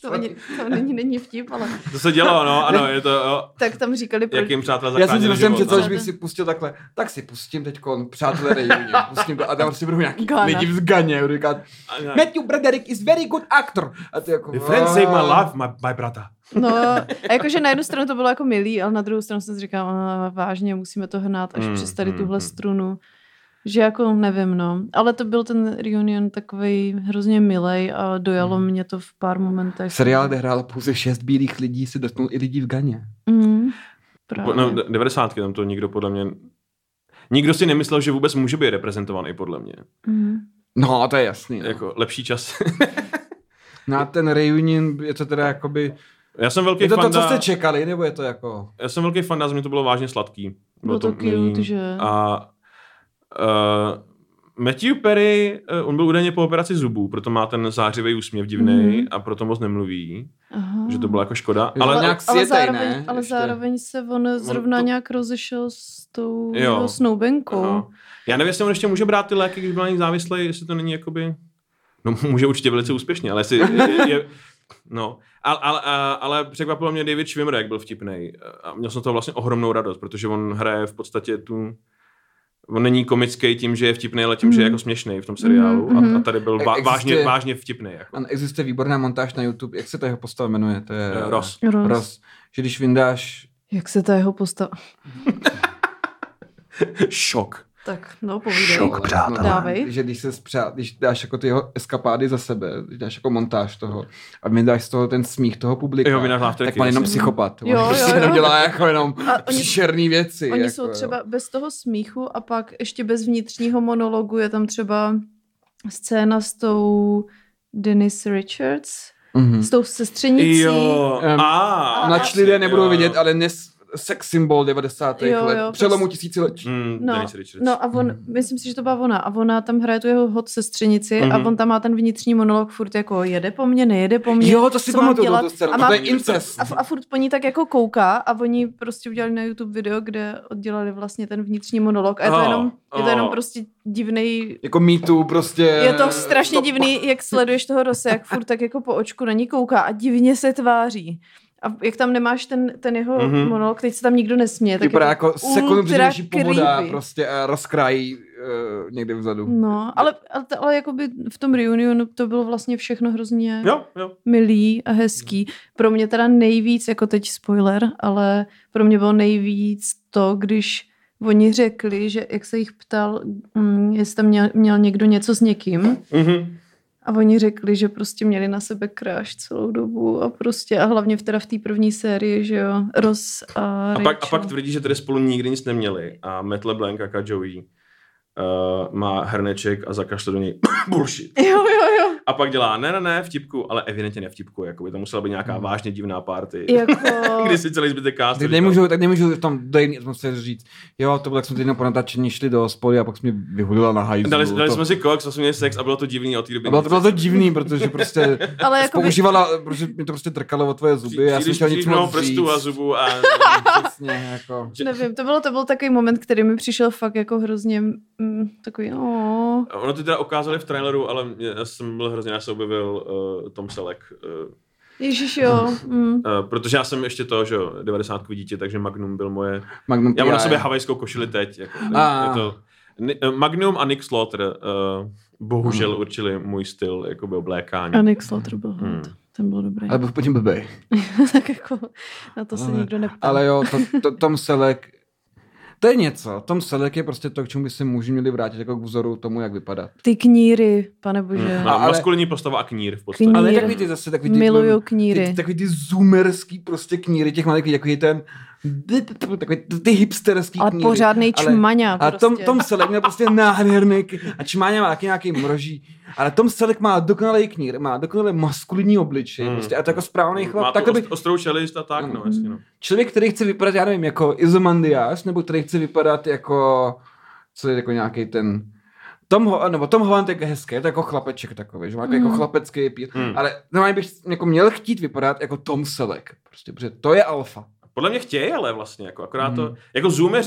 to, ani, to není, není vtip, ale... To se dělo, no, ano, je to, jo. Tak tam říkali... Pro... Jak jim přátelé já jsem si myslím, že to, no. že bych si pustil takhle, tak si pustím teďkon Přátelé reunion, pustím to a tam prostě budou nějaký Ghana. lidi v Ghaně, budou říkat, Matthew Broderick is very good actor. A ty jako... My friends save my life, my, my brother. No, a jakože na jednu stranu to bylo jako milý, ale na druhou stranu jsem si říkala, vážně, musíme to hnát až mm, přes tady mm, tuhle mm. strunu. Že jako nevím, no. Ale to byl ten reunion takovej hrozně milej a dojalo mm. mě to v pár momentech. Seriál, kde hrálo pouze šest bílých lidí, si dotknul i lidí v Ghaně. Mm, právě. No, devadesátky tam to nikdo podle mě... Nikdo si nemyslel, že vůbec může být reprezentovaný, podle mě. Mm. No, to je jasný. No. Jako lepší čas. Na ten reunion je to teda jakoby... Já jsem velký je to fanda... to, co jste čekali, nebo je to jako... Já jsem velký fanda, z mě to bylo vážně sladký. Bylo to cute, že... A uh, Matthew Perry, uh, on byl údajně po operaci zubů, proto má ten zářivý úsměv divnej mm-hmm. a proto moc nemluví. Aha. Že to byla jako škoda. Ale, ale, nějak světej, ale, zároveň, ne? ale zároveň se on zrovna on to... nějak rozešel s tou jo. snoubenkou. Aha. Já nevím, jestli on ještě může brát ty léky, když byl na nich závislý, jestli to není jakoby... No může určitě velice úspěšně, ale jestli... je, je... No, ale, ale, ale překvapilo mě David Schwimmer, jak byl vtipnej. A měl jsem to vlastně ohromnou radost, protože on hraje v podstatě tu... On není komický tím, že je vtipnej, ale tím, mm. že je jako směšnej v tom seriálu. Mm-hmm. A, a tady byl vá, vážně, vážně vtipnej. Jako. Existuje výborná montáž na YouTube. Jak se ta jeho postava jmenuje? To je Ross. Ross. Ross. Že když vyndáš... Jak se ta jeho postava... Šok. Tak, no, povídej. Šok, přátelé. Dávej. Že když, se zpřát, když dáš jako ty jeho eskapády za sebe, když dáš jako montáž toho a vydáš z toho ten smích toho publika, jo, tak má jenom psychopat. Jo, on prostě jo, jenom jo. dělá jako jenom oni, černý věci. Oni jako, jsou třeba bez toho smíchu a pak ještě bez vnitřního monologu je tam třeba scéna s tou Denise Richards, mm-hmm. s tou sestřenicí. Jo. Um, a, nač lidé nebudou vidět, ale nes sex symbol devadesátých jo, let, jo, přelomu prostě... tisíciletí. Mm, no, no a on, mm. myslím si, že to byla ona, a ona tam hraje tu jeho hot sestřenici mm-hmm. a on tam má ten vnitřní monolog furt jako jede po mně, nejede po mně. Jo, to si pamatuju, to, to, a, to je incest. A, a furt po ní tak jako kouká a oni prostě udělali na YouTube video, kde oddělali vlastně ten vnitřní monolog a je to, oh, jenom, je to jenom prostě divnej... Jako Me Too prostě... Je to strašně divný, jak sleduješ toho Rose, jak furt tak jako po očku na ní kouká a divně se tváří. A jak tam nemáš ten, ten jeho mm-hmm. monolog, teď se tam nikdo nesměje. Tak vypadá jako sekundu předější pohoda creepy. prostě a rozkrají uh, někde vzadu. No, ale, ale, ale jakoby v tom reunionu to bylo vlastně všechno hrozně jo, jo. milý a hezký. Pro mě teda nejvíc, jako teď spoiler, ale pro mě bylo nejvíc to, když oni řekli, že jak se jich ptal, hm, jestli tam měl, měl někdo něco s někým, mm-hmm. a oni řekli, že prostě měli na sebe crush celou dobu a prostě a hlavně v teda v té první sérii, že jo, Ross a a pak, a pak tvrdí, že tady spolu nikdy nic neměli a Matt LeBlanc a Joey uh, má hrneček a zakašle do něj bullshit. Jo, jo, jo. A pak dělá ne, ne, ne, vtipku, ale evidentně ne vtipku, jako by to musela být nějaká vážně divná party. Jako... Kdy si celý zbytek castu. Tak nemůžu, tak nemůžu tam dojít atmosféře říct, jo, to bylo, jak jsme týdno po natáčení šli do hospody a pak jsme vyhudila na hajzlu. Dali, dali to... jsme si koks, jsme měli sex a bylo to divný od té doby. Bylo to, bylo to divný, protože prostě ale jako používala, by... protože mi to prostě trkalo o tvoje zuby. Já jsem chtěl nic moc prstů a zubů a... Přesně, jako... Nevím, to bylo, to byl takový moment, který mi přišel fakt jako hrozně mm, takový, no. Ono to teda ukázali v traileru, ale já jsem byl hrozně, já se objevil uh, Tom Selleck. Uh, Ježiš, jo. Mm. Uh, protože já jsem ještě to, že jo, devadesátkový dítě, takže Magnum byl moje... Magnum já mám na sobě havajskou košili teď. Jako, je to, Magnum a Nick Slaughter uh, bohužel mm. určili můj styl jakoby oblékání. A Nick Slaughter byl hot. Mm. Ten byl dobrý. Ale byl potom blbej. Tak jako na to se ale, nikdo neptá. Ale jo, to, to, Tom Selleck, to je něco. Tom Selleck je prostě to, k čemu by se muži měli vrátit jako k vzoru tomu, jak vypadá. Ty kníry, pane bože. Mm. A ale, maskulinní postava a knír v podstatě. Knír. Ale takový ty zase, takový ty... Miluju kníry. Ty, takový ty zoomerský prostě kníry, těch malých, takový ten... Takový ty hipsterský ale kníry. Pořádnej čmaňa ale, prostě. A Tom, Tom Selleck měl prostě nádherný a čmaňa má taky nějaký mroží. Ale Tom Selleck má dokonalý knír, má dokonalý maskulinní obličej. Hmm. Prostě, a to jako správný chlap. Má tak, by... ostrou čelist a tak, no, jasně, no. Člověk, který chce vypadat, já nevím, jako Izomandias, nebo který chce vypadat jako, co je jako nějaký ten... Tom, nebo Tom Holland je hezký, je to jako chlapeček takový, že má mm. jako chlapecký píl, mm. ale normálně bych jako měl chtít vypadat jako Tom Selleck, prostě, protože to je alfa. Podle mě chtějí, ale vlastně, jako, akorát mm. to, jako zoomeři,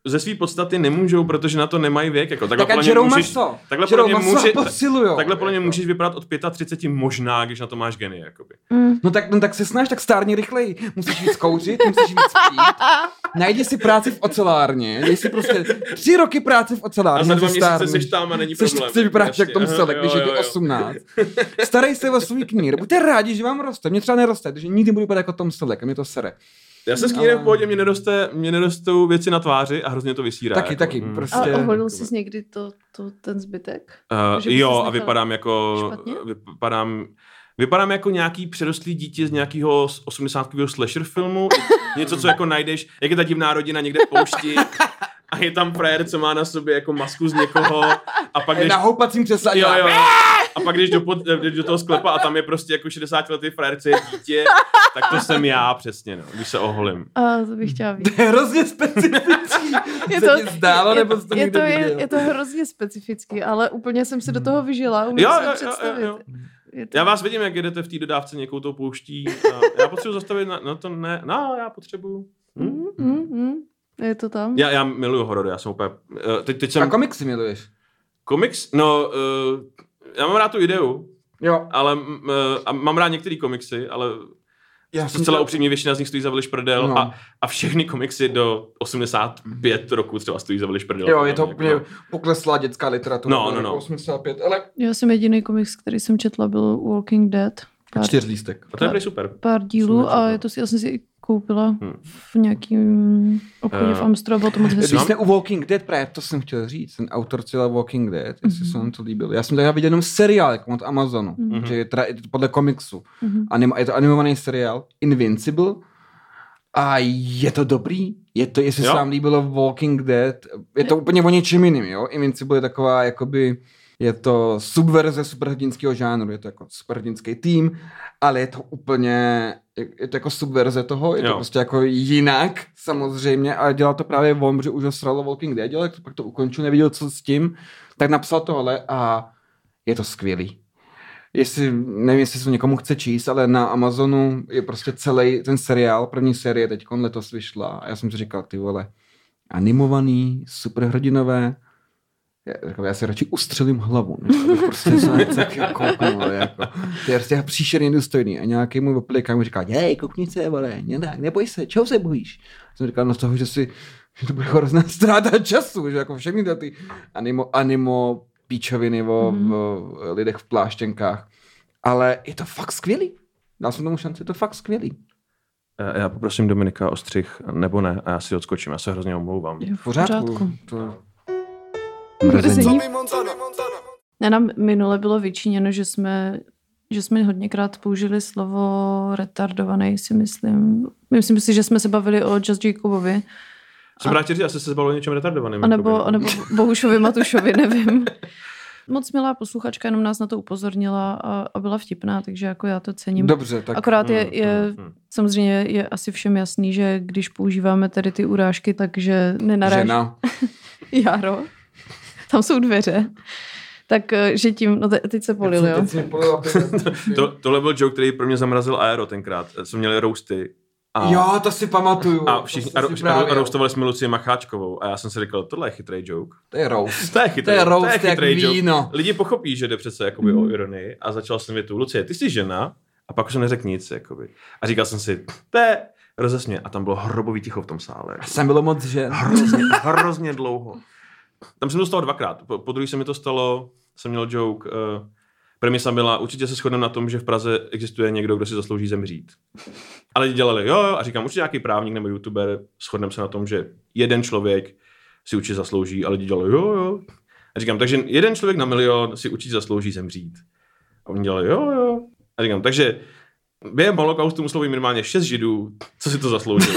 ze své podstaty nemůžou, protože na to nemají věk. Jako, takhle tak a Jerome máš co? Takhle podle mě, může, posilujou, takhle podle mě jako. můžeš vypadat od třicet pět možná, když na to máš geny. Jakoby. Mm. No, tak, no tak se snaž, tak stárni rychleji. Musíš víc kouřit, musíš víc pít. Najdi si práci v ocelárně, dej si prostě tři roky práce v ocelárně. A za dva měsíce seš tam a není problém. Chceš vypadat jak Tom Selleck, když je ti osmnáct. Starej se o svůj knír. Buďte rádi, že vám roste. Mě třeba neroste, takže nikdy budu vypadat jako Tom Selleck a mě to sere. Já se s knírem v pohodě, mě, neroste, mě nerostou věci na tváři a hrozně to vysírá. Taky, jako. taky. Mm. Prostě... A oholil jsi někdy to, to, ten zbytek? Uh, jo, a vypadám jako... Špatně? Vypadám... Vypadám jako nějaký přerostlý dítě z nějakého osmdesátkového slasher filmu. Něco, co jako najdeš, jak je ta divná rodina někde v poušti a je tam frajer, co má na sobě jako masku z někoho a pak jdeš... Na houpacím křesle. Jo, jo. A pak jdeš do, pod, jdeš do toho sklepa a tam je prostě jako šedesátiletý frajer, co je dítě, tak to jsem já přesně, no, když se oholím. A to bych chtěla vidět. To je hrozně specifický. Je to, to, zdálo, je, nebo to je, to, je, viděl? je to hrozně specifický, ale úplně jsem si do toho vyžila. Umím Jo, si jo, představit. jo, jo. To... Já vás vidím, jak jedete v té dodávce někou tou pouští. A já potřebuji zastavit, na, no to ne, no já potřebuji. Mm, mm, mm. Je to tam? Já, já miluju horory, já jsem úplně... Teď, teď jsem... A komiksy miluješ? Komiks? No, uh, já mám rád tu ideu, jo. ale uh, a mám rád některé komiksy, ale já to celá to... upřímně většina z nich stojí za veliš prdel no. a, a všechny komiksy do osmdesát pět roku třeba stojí za veliš prdel. Jo, je to úplně jako... pokleslá dětská literatura. No, no, no. osmdesát pět, ale... Já jsem jediný komiks, který jsem četla, byl Walking Dead. Pár, čtyřlístek. A to je super. Pár dílů a je to si, já jsem si i koupila hmm. v nějakým obchodě uh, v Amstru, bylo to moc hezky. Když jste u Walking Dead, právě to jsem chtěl říct, ten autor celé Walking Dead, mm-hmm. jestli se vám to líbil. Já jsem tady viděl jenom seriál jako od Amazonu, mm-hmm. že je, teda, je to podle komiksu. Mm-hmm. Anim, je to animovaný seriál Invincible a je to dobrý. Je to, jestli jo. se vám líbilo Walking Dead, je to úplně o něčem jiným, jo? Invincible je taková, jakoby, je to subverze superhrdinského žánru, je to jako superhrdinský tým, ale je to úplně, je to jako subverze toho, je to jo. prostě jako jinak samozřejmě, ale dělal to právě on, že už ho sralo Walking Dead, dělal, pak to ukončil, neviděl co s tím, tak napsal tohle a je to skvělý. Jestli, nevím, jestli se někomu chce číst, ale na Amazonu je prostě celý ten seriál, první série teď letos vyšla a já jsem si říkal, ty vole, animovaný, superhrdinové, Já, já si radši ustřelím hlavu, než abych prostě se tak kouknul, jako. To je prostě příšerně důstojný. A nějaký můj opilík mi říká, hej, koukni se, vole, ne, neboj se, čeho se bojíš? Jsem říkal, no z toho, že si, že to bude hrozná ztráta času, že jako všechny ty animo, animo píčoviny o mm. v lidech v pláštěnkách. Ale je to fakt skvělý. Dal jsem tomu šanci, je to fakt skvělý. Já poprosím Dominika o střih, nebo ne, a já si odskočím, já se hrozně omlouvám. Je v pořádku. To... Ne, nám minule bylo vyčiněno, že jsme, že jsme hodněkrát použili slovo retardovaný, si myslím. Myslím si, že jsme se bavili o Just Jacobovi. Jsem rád říct, asi se bavili o něčem retardovaným. A nebo, a nebo Bohušovi Matušovi, nevím. Moc milá posluchačka jenom nás na to upozornila a, a byla vtipná, takže jako já to cením. Dobře, tak... Akorát je, je mm, mm. samozřejmě je asi všem jasný, že když používáme tady ty urážky, takže nenaráží... Žena. Jaro. Tam jsou dveře. Tak, že tím, no te, teď se polil, jo. to, tohle byl joke, který pro mě zamrazil Aero tenkrát. Jsme měli roasty. A, jo, to si pamatuju. A, všichni, a, a, a roastovali jsme Lucii Macháčkovou. A já jsem si říkal, tohle je chytrý joke. To je roast. To je chytrý, to je roast, to je chytrý jak víno. Joke. Lidi pochopí, že jde přece jakoby mm. o ironii. A začal jsem větu, Lucie, ty jsi žena? A pak už jsem neřekl nic. Jakoby. A říkal jsem si, to je... Rozesmě. A tam bylo hrobový ticho v tom sále. A jsem bylo moc žen. Hrozně, hrozně dlouho. Tam jsem to stalo dvakrát. Po, po druhý se mi to stalo, jsem měl joke, uh, premisa byla, určitě se shodneme na tom, že v Praze existuje někdo, kdo si zaslouží zemřít. Ale lidi dělali, jo, jo, a říkám, určitě nějaký právník nebo youtuber, shodneme se na tom, že jeden člověk si určitě zaslouží, ale lidi dělali, jo, jo. A říkám, takže jeden člověk na milion si určitě zaslouží zemřít. A oni dělali, jo, jo. A říkám, takže během holokaustu muselo být minimálně šest židů, co si to zaslouží.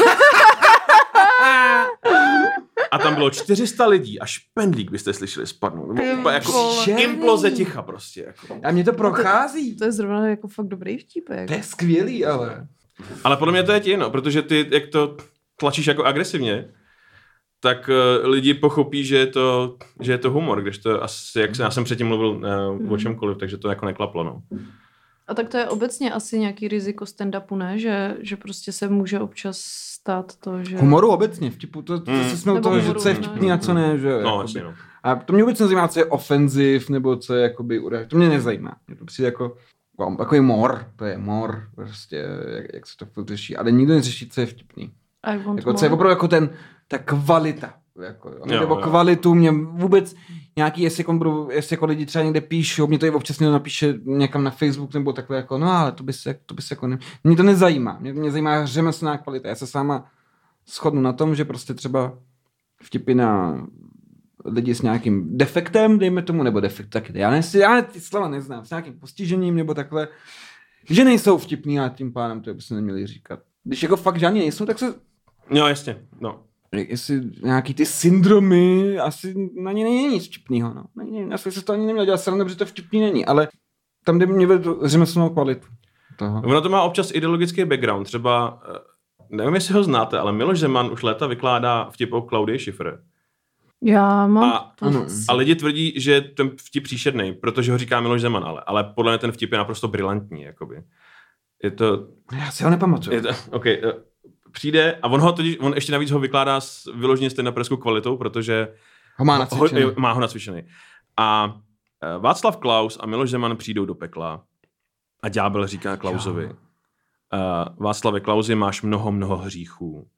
A tam bylo čtyři sta lidí a špendlík byste slyšeli spadnout. Jako imploze ticha prostě. Jako. A mě to prochází. To, to je zrovna jako fakt dobrý vtípek. To je skvělý, ale. Ale podle mě to je těno, protože ty, jak to tlačíš jako agresivně, tak uh, lidi pochopí, že je to, že je to humor, když to asi, jak já jsem předtím mluvil uh, o čemkoliv, takže to jako neklaplo, no. A tak to je obecně asi nějaký riziko stand-upu, ne? Že, že prostě se může občas stát to, že... Humoru obecně, vtipu, to, to, Hmm. to jsme u toho, že co je vtipný a co ne, že No, jakoby. jasně, no. A to mě vůbec nezajímá, co je ofenziv, nebo co je jakoby uráž. To mě nezajímá. Mě to přijde jako takový mor, to je mor, prostě, jak, jak se to furt řeší. Ale nikdo neřeší, co je vtipný. Jako, co je opravdu jako ten, ta kvalita. Jako, jo, nebo jo. kvalitu, mě vůbec nějaký, jestli jako, budu, jestli jako lidi třeba někde píšou, mě to i občas někdo napíše někam na Facebook, nebo takhle jako, no ale to by se, to by se jako ne... Mě to nezajímá, mě, mě zajímá řemeslná kvalita. Já se sama shodnu na tom, že prostě třeba vtipy na lidi s nějakým defektem, dejme tomu, nebo defekt taky, já, ne, já ty slova neznám, s nějakým postižením, nebo takhle, že nejsou vtipný a tím pádem to by se neměli říkat. Když jako fakt žádný nejsou, tak se... No jasně, no. Jestli nějaký ty syndromy, asi na ně není nic vtipnýho, no. Není, asi se to ani neměl dělat srandu, protože to vtipný není, ale tam jde mě vedl řemeslnou kvalitu toho. Ono to má občas ideologický background, třeba, nevím, jestli ho znáte, ale Miloš Zeman už léta vykládá vtip o Klaudii Schiffer. Já mám... A, a lidi tvrdí, že je ten vtip příšerný, protože ho říká Miloš Zeman, ale, ale podle mě ten vtip je naprosto brilantní, jakoby. Je to... Já si ho nepamatuju. Je to, okay, přijde a on ho totiž, on ještě navíc ho vykládá s vyloženě stand-uperskou kvalitou, protože ho má nacvičený. Ho, má ho nacvičený. A Václav Klaus a Miloš Zeman přijdou do pekla a ďábel říká Klausovi: uh, Václave Klausi, máš mnoho, mnoho hříchů. Uh,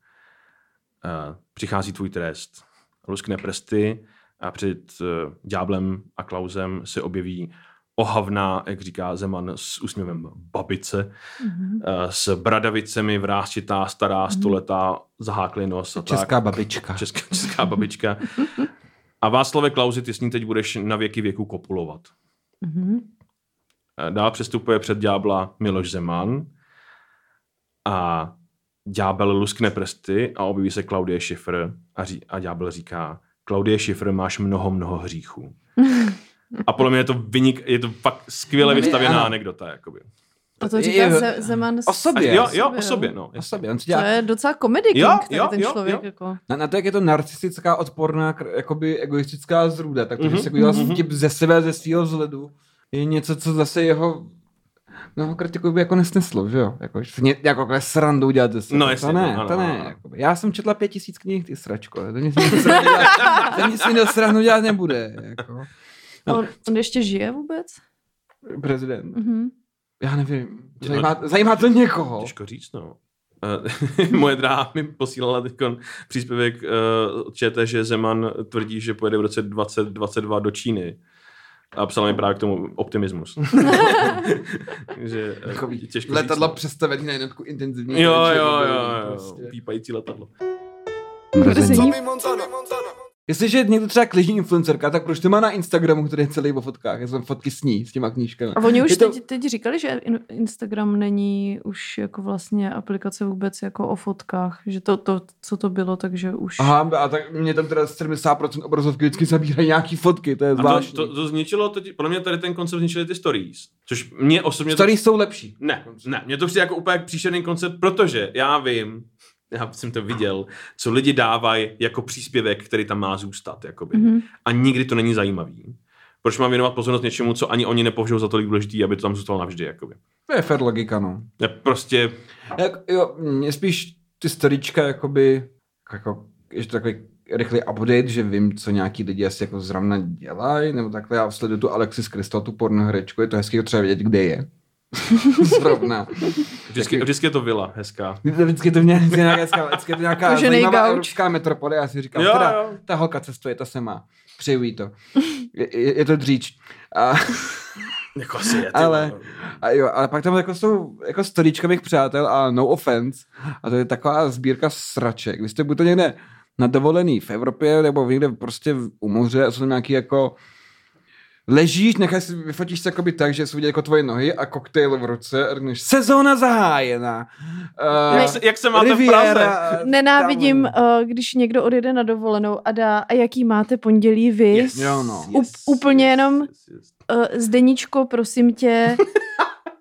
přichází tvůj trest. Luskne prsty a před uh, ďáblem a Klausem se objeví ohavná, jak říká Zeman, s úsměvem babice, mm-hmm. uh, s bradavicemi, vrásčitá, stará, stoletá, zaháklý nos. A česká tak. babička. Česká, česká babička. A Václave Klausi, ty s ní teď budeš na věky věku kopulovat. Mm-hmm. Dál přestupuje před ďábla Miloš Zeman a ďábel luskne prsty a objeví se Klaudie Schiffer a, ří, a ďábel říká: Klaudie Schiffer, máš mnoho, mnoho hříchů. A podle mě je to vynik, je to fakt skvěle vystavěná ano. anekdota, jakoby. A to říká je, Zeman o sobě. Jo, jo, o sobě, no. O sobě. On dělá... To je docela comedy king, který jo, ten člověk. Jo. Jako... Na, na to, jak je to narcistická, odporná, jakoby egoistická zrůda, tak to, mm-hmm. že se udělal mm-hmm. vtip ze sebe, ze svého vzhledu, je něco, co zase jeho no, kritiku by jako nesneslo, že jo? Jako, jako srandu udělat ze sebe. No, jestli, to ne, ano, to ne. ano. Jakoby. Já jsem četla pět tisíc knih, ty sračko. To nic mi do srandu dělat nebude. Jako. No. On, on ještě žije vůbec? Prezident. Mm-hmm. Já nevím. Zajímá, zajímá to někoho? Těžko říct, no. Uh, moje dráha mi posílala teďkon příspěvek uh, čete, že Zeman tvrdí, že pojede v roce dvacet dvacet dva do Číny. A psala mi právě k tomu optimismus. že, uh, těžko letadla říct, přestavený na jednotku intenzivní. Jo, jo, jo, jo, prostě. Pípající letadlo. Jestliže někdo třeba kližní influencerka, tak proč to má na Instagramu, který je celý o fotkách? Já jsem fotky s ní, s těma knížkami. A oni už to... teď, teď říkali, že Instagram není už jako vlastně aplikace vůbec jako o fotkách, že to, to co to bylo, takže už... Aha, a tak mě tam teda sedmdesát procent obrazovky vždycky zabírají nějaký fotky, to je zvláštní. To, to, to zničilo, to, podle mě tady ten koncept zničili ty stories, což mě osobně... Stories to... jsou lepší. Ne, ne, mě to přijde jako úplně příšerný koncept, protože já vím, já jsem to viděl, co lidi dávají jako příspěvek, který tam má zůstat, jakoby. Mm-hmm. A nikdy to není zajímavý. Proč mám věnovat pozornost něčemu, co ani oni nepovažují za tolik důležitý, aby to tam zůstalo navždy, jakoby. To je fair logika, no. Je prostě... Jak, jo, mě spíš ty storička, jakoby, jako, je to takový rychlý update, že vím, co nějaký lidi asi jako zrovna dělají, nebo takhle, já sleduju tu Alexis Krystal, tu pornoherečku, je to hezký třeba vědět, kde je. Zrovna. Vždycky, vždycky je to vila hezká. Vždycky je to nějaká, hezká, vždycky je to nějaká zajímavá evropská metropole. Já si říkám, jo, teda, jo. ta holka cestuje, ta se má. Přeju jí to. Je, je, je to dříč. A, jako asi je, ale, a jo, ale pak tam jako jsou jako storíčka mých přátel a no offense. A to je taková sbírka sraček. Vy jste buď to někde na dovolený v Evropě, nebo někde prostě u moře a jsou tam nějaký jako ležíš, nechaj si, vyfotíš se jakoby tak, že jsou vidět jako tvoje nohy a koktejl v ruce a řekneš, sezóna zahájena. Uh, jak, se, jak se máte Riviera, v Praze? Nenávidím, uh, když někdo odjede na dovolenou a dá, a jaký máte pondělí vy? Yes. Jo, no. U, yes, úplně yes, jenom yes. Uh, Zdeníčko, prosím tě,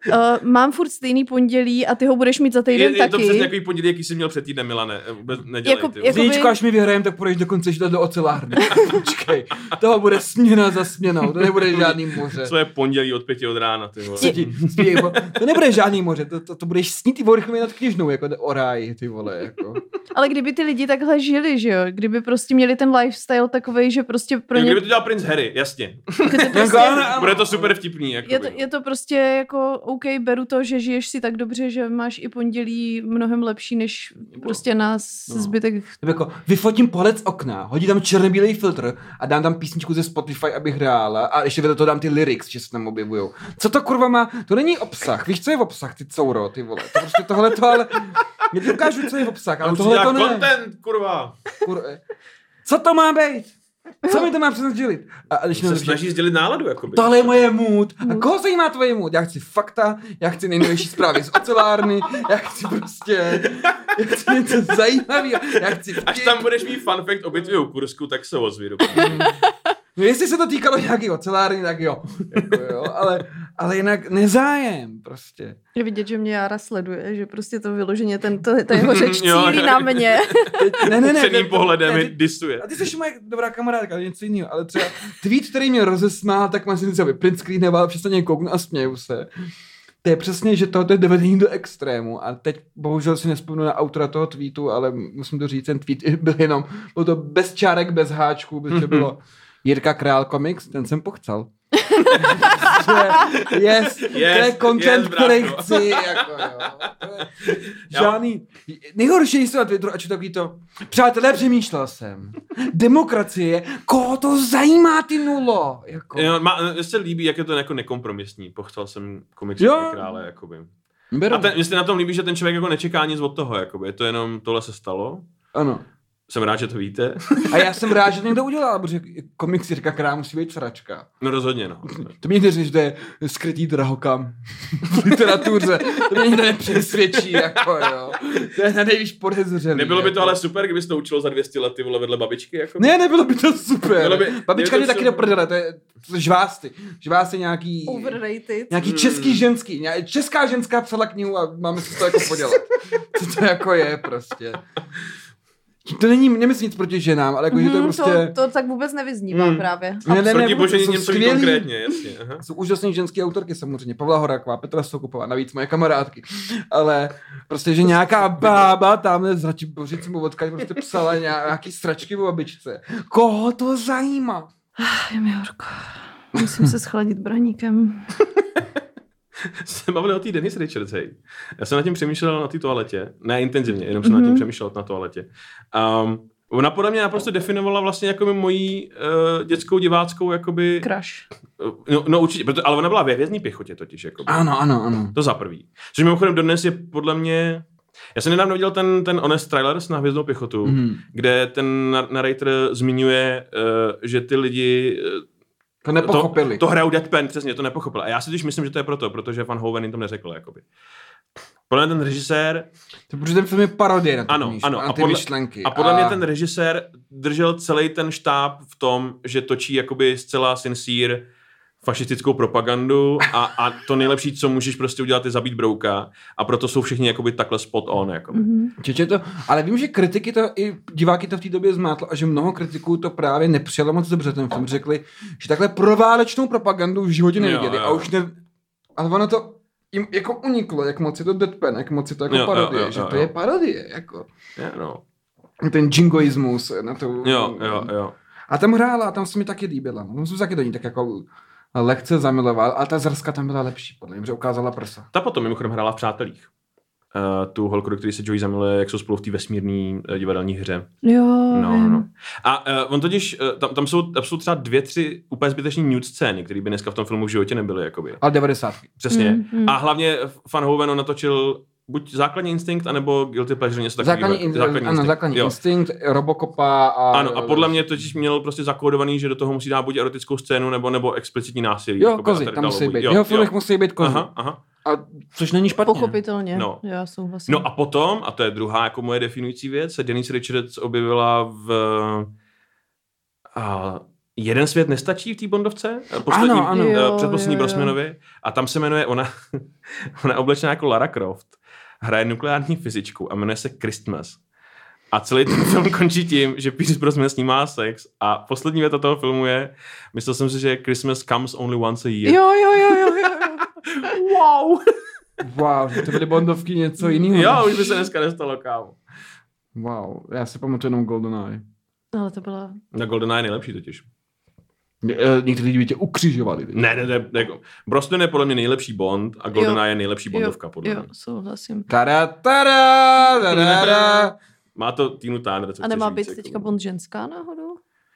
uh, mám furt stejný pondělí a ty ho budeš mít za týden je, taky. Je to přesně nějaký pondělí, jaký jsi měl před týdnem, Milane. Vůbec nedělej, jako, ty. Jakoby... Zíčko, až mi vyhrajeme, tak půjdeš do konce do ocelárny. Počkej, toho bude směna za směnou, to nebude žádný moře. Co je pondělí od pěti od rána, ty vole. Ti, spíj, to nebude žádný moře, to, to, to budeš snít ty vodchy nad knižnou, jako o ráji, ty vole, jako. Ale kdyby ty lidi takhle žili, že jo, kdyby prostě měli ten lifestyle takovej, že prostě pro ně... Kdyby to dělal Prince Harry, jasně. prostě... Bude to super vtipný. Je to, je to prostě jako, OK, beru to, že žiješ si tak dobře, že máš i pondělí mnohem lepší, než prostě nás no. zbytek. Jako, vyfotím pohled z okna, hodím tam černobílej filtr a dám tam písničku ze Spotify, abych hrála a ještě vedle toho dám ty lyrics, že se tam objevujou. Co to kurva má? To není obsah. Víš, co je v obsah, ty couro, ty vole. To prostě tohle to, ale... Já ti ukážu, co je v obsah, ale tohle to ne. Content, kurva. Kurva. Co to má být? Co mi to má přesně sdělit? A, a když se snaží sdělit náladu, jakoby. Tohle je moje mood. A koho zajímá tvoje mood? Já chci fakta, já chci nejnovější zprávy z ocelárny, já chci prostě, já chci něco zajímavého, já chci vtip. Až tam budeš mít fun fact o bitvě u Kursku, tak se ozví. No jestli se to týkalo nějaký ocelárny, tak jo. Jako jo, ale, ale jinak nezájem prostě. Je vidět, že mě Jára sleduje, že prostě to vyloženě ten, to, ta jeho řeč cílí na mě. Ne, ne, ne. Předním pohledem mi disuje. A ty jsi moje dobrá kamarádka, ale něco jiného. Ale třeba tweet, který mě rozesmál, tak mám si říct, aby print screen neval, přesně kouknu a směju se. To je přesně, že tohle je dovedení do extrému. A teď bohužel si nespomenu na autora toho tweetu, ale musím to říct, ten tweet byl jenom, bylo to bez čárek, bez háčků, protože bylo Jirka Král Comics, ten jsem pochcal. yes, yes, to je content, yes, který chci, jako jo. To je žádný... Nejhorší jsou na Twitteru, ač takový to, přátelé, přemýšlel jsem. Demokracie, koho to zajímá, ty nulo? Jako. Jo, má, mně se líbí, jak je to jako nekompromisní. Pochcal jsem komický krále, jakoby. Beru. A ten, mně se na tom líbí, že ten člověk jako nečeká nic od toho, jakoby. Je to jenom, tohle se stalo. Ano. Jsem rád, že to víte. A já jsem rád, že to někdo udělal, protože komiks Jirka Král musí být sračka. No rozhodně, no. To mě neříš, že to je skrytý drahokam v literatuře. To mě nikdo nepřesvědčí, jako jo. To je na nejvíc podezřelý. Nebylo by to jako. ale super, kdyby se to učilo za dvě stě let, ty vole, vedle babičky, jako? Ne, nebylo by to super. By, Babička mě taky super. do prdele, to je to žvásty. Žvásty nějaký... Overrated. Nějaký český ženský. Česká ženská psala knihu a máme si to jako podělat. Co to jako je prostě. To není, nemyslím nic proti ženám, ale jako, mm, že to je prostě... To, to tak vůbec nevyznívá mm. právě. Ne, ne, proti ne, božení jsou něco skvělý, konkrétně, jasně. Aha. Jsou úžasný ženský autorky samozřejmě, Pavla Horáková, Petra Sokupová, navíc moje kamarádky. Ale prostě, že nějaká bába tamhle z Račibořici odkud prostě psala nějaký sračky o babičce. Koho to zajímá? Je mi horko. Musím se schladit braníkem. Jsem bavil o té Dennis Richards, hej. Já jsem nad tím přemýšlel na té toaletě. Ne intenzivně, jenom jsem mm-hmm. nad tím přemýšlel na toaletě. Um, ona podle mě naprosto definovala vlastně jako mojí uh, dětskou diváckou jakoby... Crush. Uh, no, no určitě, proto, ale ona byla ve Hvězdní pěchotě totiž. Jakoby. Ano, ano, ano. To za prvý. Což mimochodem dodnes je podle mě... Já jsem nedávno viděl ten, ten Honest Trailers na Hvězdnou pěchotu, mm-hmm. kde ten narrator zmiňuje, uh, že ty lidi... Uh, To nepochopili. To, to hrajou Deadpan, přesně, to nepochopil. A já si totiž myslím, že to je proto, protože Van Hoven jim to neřekl, jakoby. Podle mě ten režisér... To protože ten film je parodie na to ano, knížku, ano, na a ty podle, myšlenky. A podle a... mě ten režisér držel celý ten štáb v tom, že točí jakoby zcela sincere fašistickou propagandu a, a to nejlepší, co můžeš prostě udělat, je zabít brouka a proto jsou všichni jakoby takhle spot on. Jakoby. Mm-hmm. Čeče to, ale vím, že kritiky to i diváky to v té době zmátlo a že mnoho kritiků to právě nepřijalo moc dobře ten film. Řekli, že takhle proválečnou propagandu v životě neviděli a už ne... Ale ono to jim jako uniklo, jak moc je to Deadpan, jak moc je to jako jo, parodie, jo, jo, že jo, to jo. je parodie, jako. Yeah, no. Ten jingoismus na to. Jo, jo, jo. A tam hrála a tam se mi taky líbila. No, jsem se taky do ní tak jako lehce zamiloval, ale ta Zrska tam byla lepší, podle mě, že ukázala prsa. Ta potom mimochodem hrála v Přátelích. Uh, tu holku, do který se Joey zamiluje, jak jsou spolu v té vesmírné uh, divadelní hře. Jo, no, no. A uh, on totiž, uh, tam, tam, jsou, tam jsou třeba dvě, tři úplně zbytečné nude scény, které by dneska v tom filmu v životě nebyly. Jakoby. Ale devadesátky. Přesně. Mm, mm. A hlavně Van Hoven natočil buď Základní instinkt, anebo Guilty Pleasure, něco takového. Základní, in, základní ano, instinkt, základní instinkt Robocopa a... Ano, a podle mě totiž měl prostě zakódovaný, že do toho musí dát buď erotickou scénu, nebo, nebo explicitní násilí. Jo, kozy, tam musí být. Jo, jo, filmech musí být kozy. Aha, aha. A což není špatně. Pochopitelně, no. já souhlasím. No a potom, a to je druhá jako moje definující věc, se Denise Richards objevila v... A, Jeden svět nestačí v té Bondovce? Poslední, ano, ano. Jo, předposlední Brosnanovi. A tam se jmenuje, ona, ona je oblečená jako Lara Croft. Hraje nukleární fyzičku a jmenuje se Christmas. A celý ten film končí tím, že Pierce Brosnan s ní má sex a poslední věta toho filmu je, myslel jsem si, že Christmas comes only once a year. Jo, jo, jo, jo, jo. Wow. Wow, to byly Bondovky něco jiného. Jo, už by se dneska nestalo, kámo. Wow, já si pamatuju jenom GoldenEye. Ale to byla... Na GoldenEye je nejlepší totiž. Někteří lidi by tě ukřižovali. Ne, ne, ne, ne. Brosnan je podle mě nejlepší Bond a GoldenEye je nejlepší Bondovka, podle jo, mě. Jo, souhlasím. Tada, tada, tada. Má to Tinu Turner, co A nemá říct, být jako. teďka Bond ženská náhodou?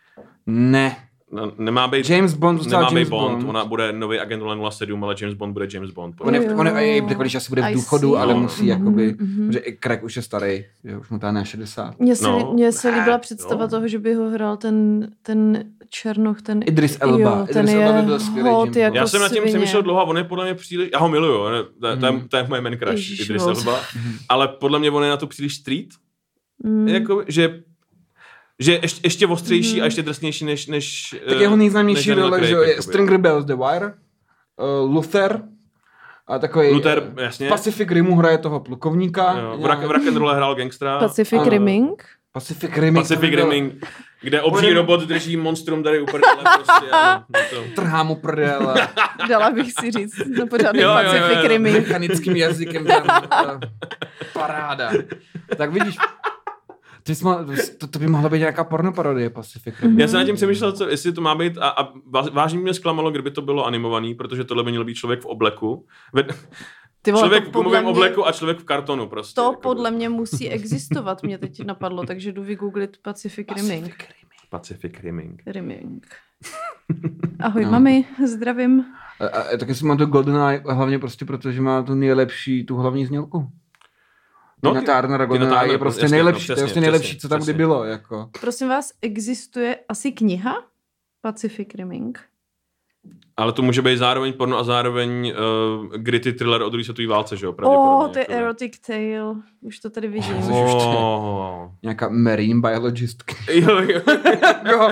Ne. No, nemá být James Bond zůstal nemá James být Bond. Bond. Ona bude nový agent nula sedm, ale James Bond bude James Bond. On je, on je, je, když asi bude v I důchodu, see. ale No. musí jakoby, Mhm. že i Craig už je starý, že už mu tá na šedesát. Mně se, No. mně se líbila Ne, představa jo. toho, že by ho hrál ten, ten Černoch, ten... Idris Elba. Jo, ten Idris Elba by je byl skvělý hot James jako Bond. Já jsem nad tím svině. přemýšlel dlouho a on je podle mě příliš, já ho miluju, ne? To, je- to, je, Mhm. to je moje man crush, Ježiš, Idris moc. Elba, ale podle mě on je na to příliš street, Mm. jako, že že je ještě, ještě ostřejší Mhm. a ještě drsnější než, než Tak eh, jeho než nejznámější Daniel role, Craig, že jo, je jakoby. Stringer Bells, The Wire, uh, Luther, a takový Luther, jasně. Pacific Rimu hraje toho plukovníka. Jo, v, rak, v Rock'n'Rolle hrál gangstra. Pacific Ano. Rimming. Pacific Rim. Pacific Rimming, kde obří Budem- robot drží monstrum tady u prdele prostě. A to. Trhá mu prdele. Dala bych si říct. No pořádný Jo, jo, jo, Pacific jo. Rimming. Mechanickým jazykem. Tam, uh, paráda. Tak vidíš, ty jsi mo- to, to by mohla být nějaká pornoparodie Pacific Rim. Já jsem nad tím přemýšlel, co, jestli to má být, a, a vá- vážně mě zklamalo, kdyby to bylo animovaný, protože tohle by měl být člověk v obleku. Ve, Ty vole, člověk to v podle gumovém mě- obleku a člověk v kartonu prostě. To jakoby. podle mě musí existovat, mě teď napadlo, takže jdu vygooglit Pacific Rimming. Pacific Rimming. Rimming. Ahoj, No. mami, zdravím. A, a taky si mám to GoldenEye, hlavně prostě proto, že má tu nejlepší, tu hlavní znělku. No, Tina ty- Turner a Tina GoldenEye Turner, je prostě jasně, nejlepší, no, to je přesně, prostě nejlepší, přesně, co tam kdy přesně. bylo. Jako. Prosím vás, existuje asi kniha Pacific Rimming? Ale to může být zároveň porno a zároveň uh, gritty thriller o druhé světové válce, že jo? O, pravděpodobně, oh, to je jakoby. erotic tale. Už to tady vidím. Což už to je. Oh. Nějaká marine biologist. Jo, jo. Jako,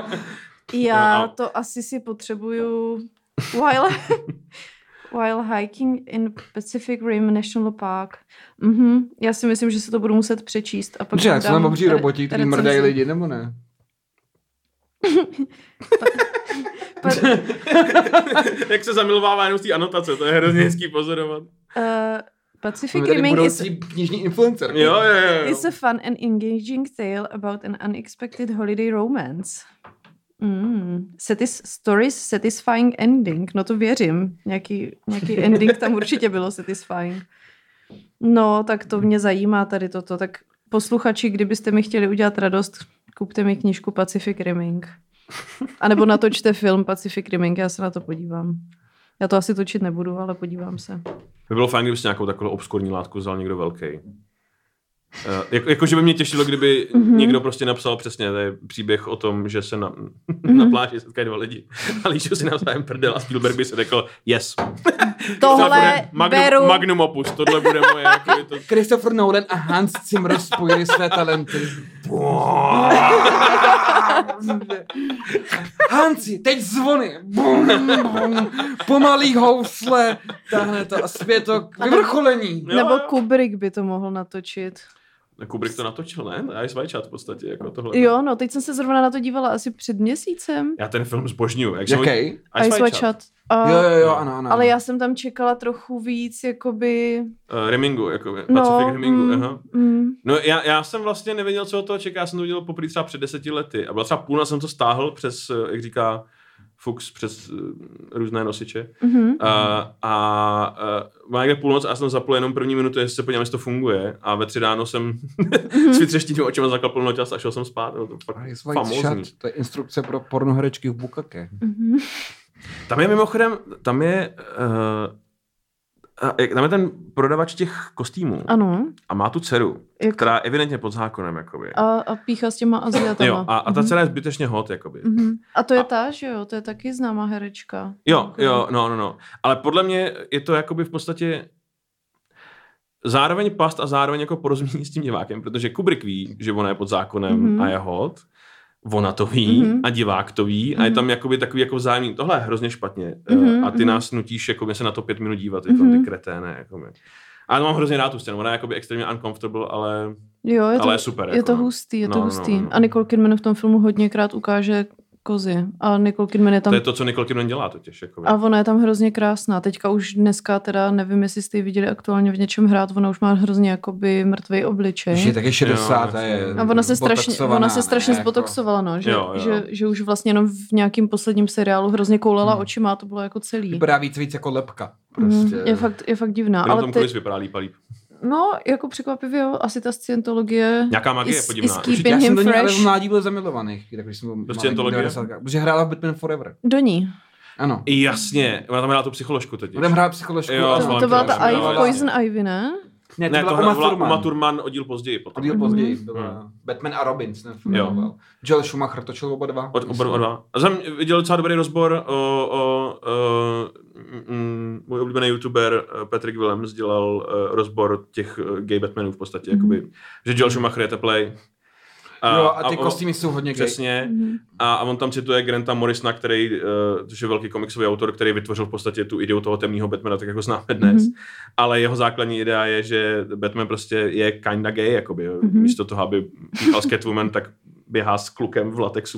Já No a- to asi si potřebuju while, while hiking in Pacific Rim National Park. Mhm. Já si myslím, že se to budu muset přečíst. A pak Že, vám jsou tam dám obří re- roboti, kteří recenzi. mrdají lidi, nebo ne? Pa, Jak se zamilovává jenom z té anotace, to je hrozně hezký pozorovat. uh, Pacific Máme tady Rimming is, budoucí knižní influencer. Jo, jo, jo. jo. is a fun and engaging tale about an unexpected holiday romance. Mm. Satis- stories satisfying ending. No to věřím. Nějaký, nějaký ending tam určitě bylo satisfying. No, tak to mě zajímá tady toto. Tak posluchači, kdybyste mi chtěli udělat radost, kupte mi knížku Pacific Rimming. A nebo natočte film Pacific Rimming, já se na to podívám. Já to asi točit nebudu, ale podívám se. By bylo fajn, kdyby si nějakou takovou obskurní látku vzal někdo velký. Uh, jako, jakože by mě těšilo, kdyby mm-hmm. někdo prostě napsal přesně, to je příběh o tom, že se na, mm-hmm. na pláži setkají dva lidi a líčou si navzájem prdel a Spielberg by se řekl yes. Tohle bude magnum, beru. magnum opus, tohle bude moje. Jako to... Christopher Nolan a Hans Zimmer spojili své talenty. Hansi, teď zvony. Bum, bum, pomalý housle. Táhne to a zpět to k vyvrcholení. Jo, Nebo jo. Kubrick by to mohl natočit. Kubrick to natočil, ne? Já Ice White Shot v podstatě, jako tohle. Jo, no, teď jsem se zrovna na to dívala asi před měsícem. Já ten film zbožňuju. Jak jsem- Jaký? Ice White Shot. A, Jo, jo, jo, ano, ano. ale já jsem tam čekala trochu víc, jakoby... Uh, Rimingu, jako No, Pacific Rimingu, mm, aha. mm. No já, já jsem vlastně nevěděl, co od toho čeká, já jsem to udělal poprvé třeba před deseti lety a byla třeba půl, jsem to stáhl přes, eh, jak říká Fuchs, přes uh, různé nosiče. Mhm. Uh, a uh, má někde půlnoc a já jsem zapl jenom první minutu, jestli se podívám, jestli to funguje a ve tři ráno jsem s vytřeštěným očima zaklapl noťas a šel jsem spát. No, to fakt Ice White famózní. Shot, to je instrukce pro pornoherečky v Bukake. Mhm. Tam je mimochodem, tam je, uh, tam je ten prodavač těch kostýmů Ano. a má tu dceru, Jak... která je evidentně pod zákonem, jakoby. A, a pícha s těma Aziatama. Jo, a, a ta Mhm. dcera je zbytečně hot, jakoby. Mhm. A to je A- ta, že jo? To je taky známá herečka. Jo, jo, no, no, no. Ale podle mě je to jakoby v podstatě zároveň past a zároveň jako porozumění s tím divákem, protože Kubrick ví, že ona je pod zákonem Mhm. a je hot. vonatový mm-hmm. a divák to ví mm-hmm. a je tam jakoby takový jako vzájemný, tohle je hrozně špatně mm-hmm. a ty nás nutíš jako se na to pět minut dívat, mm-hmm. ty kreténe. Jakoby. A já mám hrozně rád tu scénu, ona je jakoby extrémně uncomfortable, ale, jo, je to, ale je super. Je jako, to hustý, je to no, hustý. No, no. A Nicole Kidman v tom filmu hodněkrát ukáže kozy. A Nicole Kidman je tam... To je to, co Nicole Kidman dělá totiž. Jakoby. A ona je tam hrozně krásná. Teďka už dneska teda, nevím, jestli jste ji viděli aktuálně v něčem hrát, ona už má hrozně jakoby mrtvej obličej. Už je taky šedesát. Jo, je a ona se strašně, ona se strašně ne, zbotoxovala, no, že, jo, jo. Že, že už vlastně jenom v nějakým posledním seriálu hrozně koulela hmm. očima a to bylo jako celý. Vypadá víc víc jako lepka. Prostě. Mm, je, fakt, je fakt divná. Jenom ale tom ty... kulis vypadá líp a líp. No, jako překvapivě, jo, asi ta scientologie... Nějaká magie je podivná. Já jsem do ní ale v mládí byl zamilovaných. Tak, když jsem do scientologie? Protože hrála v Batman Forever. Do ní. Ano. I jasně, ona tam hrála tu psycholožku totiž. Budeme hrát psycholožku. Jo, to, to byla ta Ivy, Poison Ivy, ne? Ne, to, ne, to byla Uma Thurman o díl později. Potom. O díl později byla mm. Batman a Robin. Jo. Joel Schumacher točil oba dva. Od, oba dva. A jsem viděl docela dobrý rozbor o, o, o mm, můj oblíbený youtuber Patrick Willems dělal uh, rozbor těch uh, gay Batmanů v podstatě, mm. jakoby, že Joel Schumacher je teplej. A, jo, a ty a kostýmy jsou hodně gay. Přesně. Mm-hmm. A, a on tam cituje Granta Morrisona, který, uh, což je velký komiksový autor, který vytvořil v podstatě tu ideu toho temného Batmana, tak jako známe dnes. Mm-hmm. Ale jeho základní idea je, že Batman prostě je kinda gay, jakoby. Mm-hmm. Místo toho, aby běhal s Catwoman, tak běhá s klukem v latexu.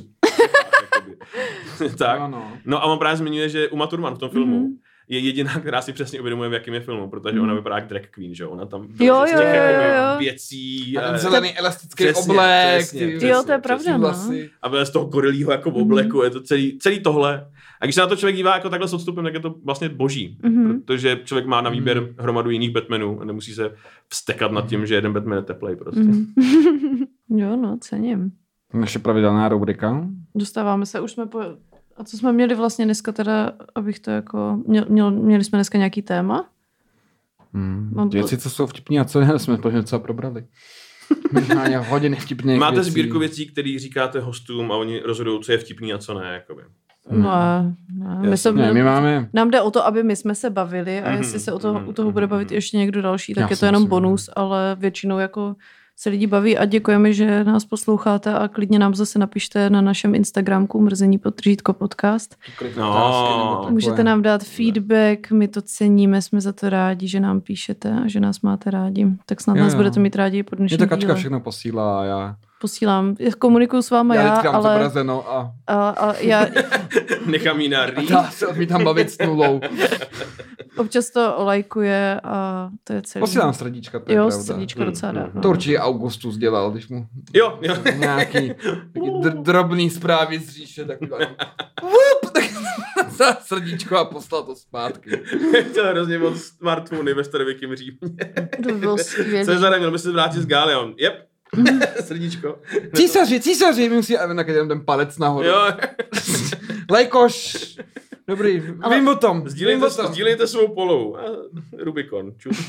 Tak. No, no. no a on právě zmiňuje, že Uma Thurman v tom filmu mm-hmm. je jediná, která si přesně uvědomuje, v jakém je filmu, protože ona vypadá jak drag queen, že ona tam jo, jo, z těch jo, jako věcí. A ten zelený elastický přesně, oblek. Přesně, ty, přesně, jo, to je pravda, no. A byl z toho gorilího jako v obleku, mm-hmm. je to celý, celý tohle. A když se na to člověk dívá jako takhle s odstupem, tak je to vlastně boží, mm-hmm. protože člověk má na výběr mm-hmm. hromadu jiných Batmanů a nemusí se vztekat nad tím, že jeden Batman je teplej prostě. Mm-hmm. Jo, no, cením. Naše pravidelná rubrika. Dostáváme se, už jsme po... A co jsme měli vlastně dneska teda, abych to jako... Měl, měl, měli jsme dneska nějaký téma? Hmm. Věci, co jsou vtipní a co ne, jsme to něco probrali. Možná hodiny vtipných Máte věcí. sbírku věcí, které říkáte hostům a oni rozhodují, co je vtipný a co ne, jakoby. No, no. My, se, ne, my máme... Nám jde o to, aby my jsme se bavili a jestli se o toho, u toho bude bavit ještě někdo další, tak Já je to jenom bonus, ale většinou jako se lidi baví a děkujeme, že nás posloucháte a klidně nám zase napište na našem Instagramku mrzení podtržítko podcast. No. Můžete nám dát feedback, my to ceníme, jsme za to rádi, že nám píšete a že nás máte rádi. Tak snad jo, nás jo. budete mít rádi po dnešním díle. Mě to Kačka všechno posílá a já... Posílám, komunikuju s váma já, já ale... zobrazeno a... a, a já... Nechám jí na rýt. Já se odmítám bavit s nulou. Občas to lajkuje a to je celý. Posílám srdíčka, to je jo, pravda. srdíčka docela dávno. Mm. To určitě Augustus dělal, když mu... Jo, jo. Nějaký dr- drobný zprávy z říše, tak vup, tak za srdíčko a poslal to zpátky. Chtěl hrozně moc smartfony ve starověkým Římě. To bylo skvělý. Cezare, měl by se vrátit z Gály a on, jep. Srdíčko. Císaři, císaři, musí a jenom ten palec nahoru. Jo. Lajkoš. Dobrý, ale vím o tom. Sdílejte, sdílejte svou polou. Rubikon.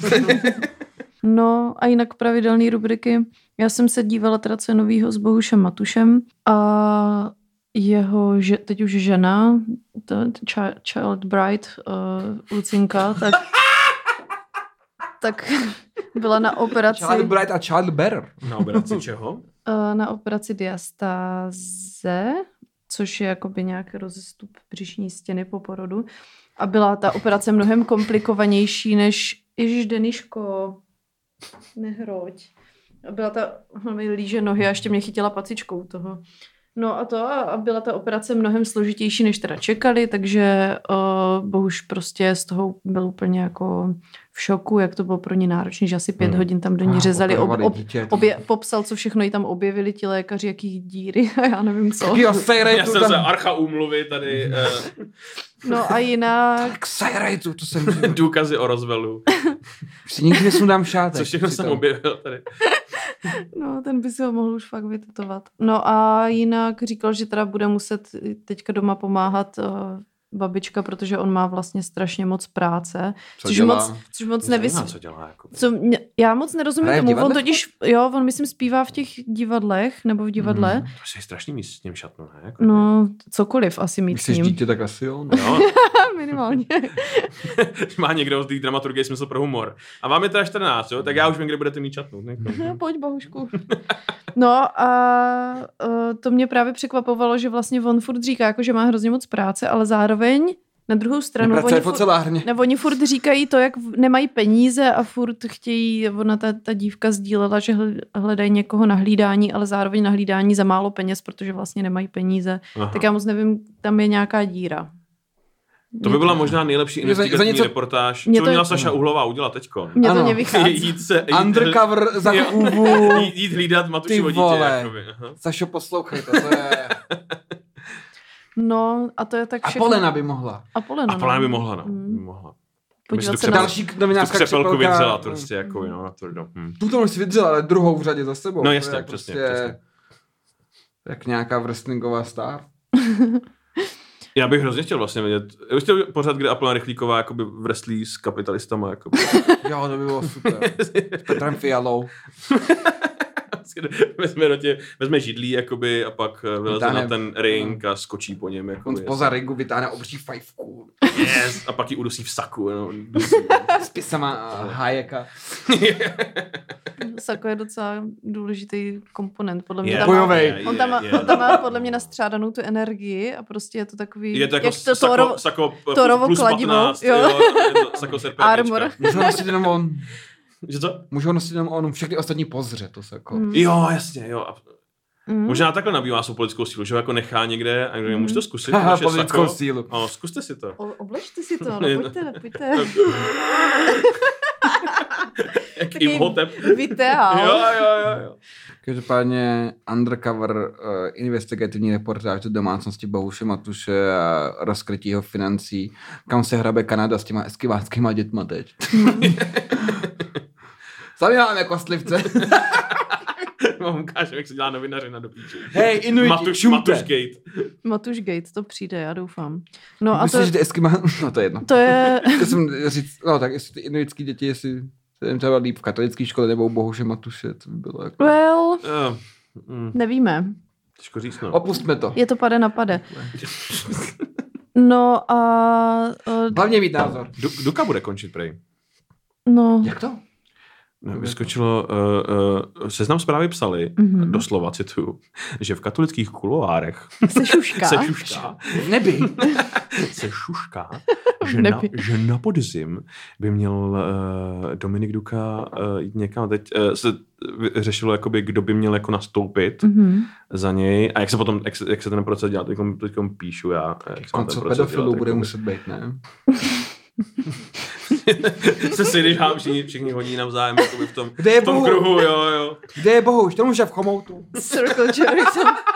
No a jinak pravidelné rubriky. Já jsem se dívala teda, co je novýho s Bohušem Matušem a jeho, že, teď už žena, to, child, child bride, uh, Lucinka, tak tak byla na operaci... Child bride a child bearer. Na operaci čeho? Uh, na operaci diastáze, což je jakoby nějaký rozestup břišní stěny po porodu. A byla ta operace mnohem komplikovanější než... Ježiš, Deniško, nehroď. A byla ta... mi líže nohy a ještě mě chytila pacičkou toho. No a to a byla ta operace mnohem složitější, než teda čekali, takže uh, Bohuš prostě z toho byl úplně jako v šoku, jak to bylo pro ně náročné, že asi pět hmm. hodin tam do ní řezali. Ob, ob, obje, popsal, co všechno jí tam objevili ti lékaři, jaký díry a já nevím co. Já jsem se archa úmluvy tady. Uh... No a jinak... Tak sajrajtu, to jsem... Důkazy o rozvelu. Už si nikdy nesundám šátek. Co všechno jsem objevil tady. No, ten by si ho mohl už fakt vytetovat. No a jinak říkal, že teda bude muset teďka doma pomáhat uh, babička, protože on má vlastně strašně moc práce. Co což dělá? Moc, což moc nevysvětlí. Co dělá? Jako... Co mě, já moc nerozumím Hraje tomu. On totiž, jo, on myslím zpívá v těch divadlech, nebo v divadle. Mm, to je strašný místním šatnu, ne? Jako... No, cokoliv asi mít Když jsi dítě, tak asi jo. No. minimálně. Má někdo z té dramaturgie smysl pro humor. A vám je teda čtrnáct, jo? Tak já už vím, kde budete mít čatnout. No, pojď, Bohušku. No a uh, to mě právě překvapovalo, že vlastně on furt říká, jako, že má hrozně moc práce, ale zároveň na druhou stranu oni furt, ne, oni furt říkají to, jak nemají peníze a furt chtějí, ona ta, ta dívka sdílela, že hledají někoho na hlídání, ale zároveň na hlídání za málo peněz, protože vlastně nemají peníze. Aha. Tak já moc nevím, tam je nějaká díra. To by byla možná nejlepší investigativní něco... reportáž, co měla to... Saša Uhlová udělat teďko. Mně to nevychází. Jít se, jít, Undercover za chůvu. Jít, jít hlídat Matušovo dítě. Sašo, poslouchej to, to je... No, a to je tak všechno. Apolena by mohla. Apolena, no. Apolena by mohla, no. Mm. By mohla. Podívat se na... Další novinářská křepelku vydřela, to prostě jako, jo, na to hm. Tuto už si vydřela, ale druhou v řadě za sebou. No jasně, přesně, prostě přesně. Jak nějaká wrestlingová star. Já bych hrozně chtěl vlastně vidět. Já bych chtěl pořád, kde Apolena Rychlíková jakoby wrestlí s kapitalistama. Jakoby. Jo, to by bylo super. S Petrem Fialou. vezme, do tě, vezme židlí jakoby, a pak vyleze vytáhne, na ten ring a skočí po něm. Jakoby, on spoza ringu vytáhne obří fajfku. Yes, a pak ji udusí v saku. No, s pisama Hayeka. Sako je docela důležitý komponent. Podle mě yeah. tam má, yeah, on, tam má, yeah. on tam má podle mě nastřádanou tu energii a prostě je to takový... Je to jako jak to sako, torovo, sako torovo plus kladivo. patnáct, Jo. Jo, sako Armor. Můžu nosit jenom on. Že co? Můžu nosit jenom on, všechny ostatní pozře to sako. Mm. Jo, jasně, jo. Mm. Možná takhle nabývá svou politickou sílu, že ho jako nechá někde a mm. můžu to zkusit. Haha, politickou sako. Sílu. O, zkuste si to. O, obležte si to, no pojďte, pojďte. Jak Imhotep. Videál. Jo, jo, jo, jo. Každopádně undercover uh, investigativní reportáž do domácnosti Bohuše Matuše a rozkrytí jeho financí, kam se hrabe Kanada s těma eskiváckýma dětma teď. Sami máme kostlivce. Vám ukážu, jak se dělá novinařina do píče. Hej, Inuiti, Matuš, Matušgate. Matušgate, to přijde, já doufám. No a Myslíš, to... že ty Eskima... No to je jedno. To je... To jsem říct, no tak jestli ty inuitský děti, jestli se jim třeba líp v katolické škole nebo u Bohuše Matuše, to by bylo jako... Well, uh, mm. nevíme. Těžko říct, no. Opustme to. Je to pade na pade. No a... Uh, Hlavně mít názor. Du, Duka bude končit, prej. No. Jak to? No, vyskočilo, uh, uh, seznam zprávy psali, mm-hmm. doslova cituju, že v katolických kuloárech se šušká. se šušká. Neby. se šušká, že, na, že na podzim by měl uh, Dominik Duka uh, jít někam. Teď uh, se řešilo, jakoby, kdo by měl jako nastoupit mm-hmm. za něj. A jak se potom, jak se, jak se ten proces dělá, teď píšu já. Konco pedofilů bude muset být, ne? se si, když hám, všichni, všichni hodí navzájem v tom, Kde je v tom kruhu, jo, jo. Kde je Bohuš? To může v chomoutu. Circle jerk.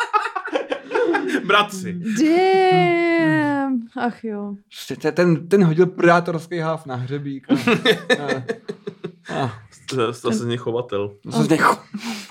Bratři. Damn. Ach jo. Ten, ten hodil predátorský háv na hřebík. A, a, a. Stal se z něj chovatel. Stal se z něj chovatel.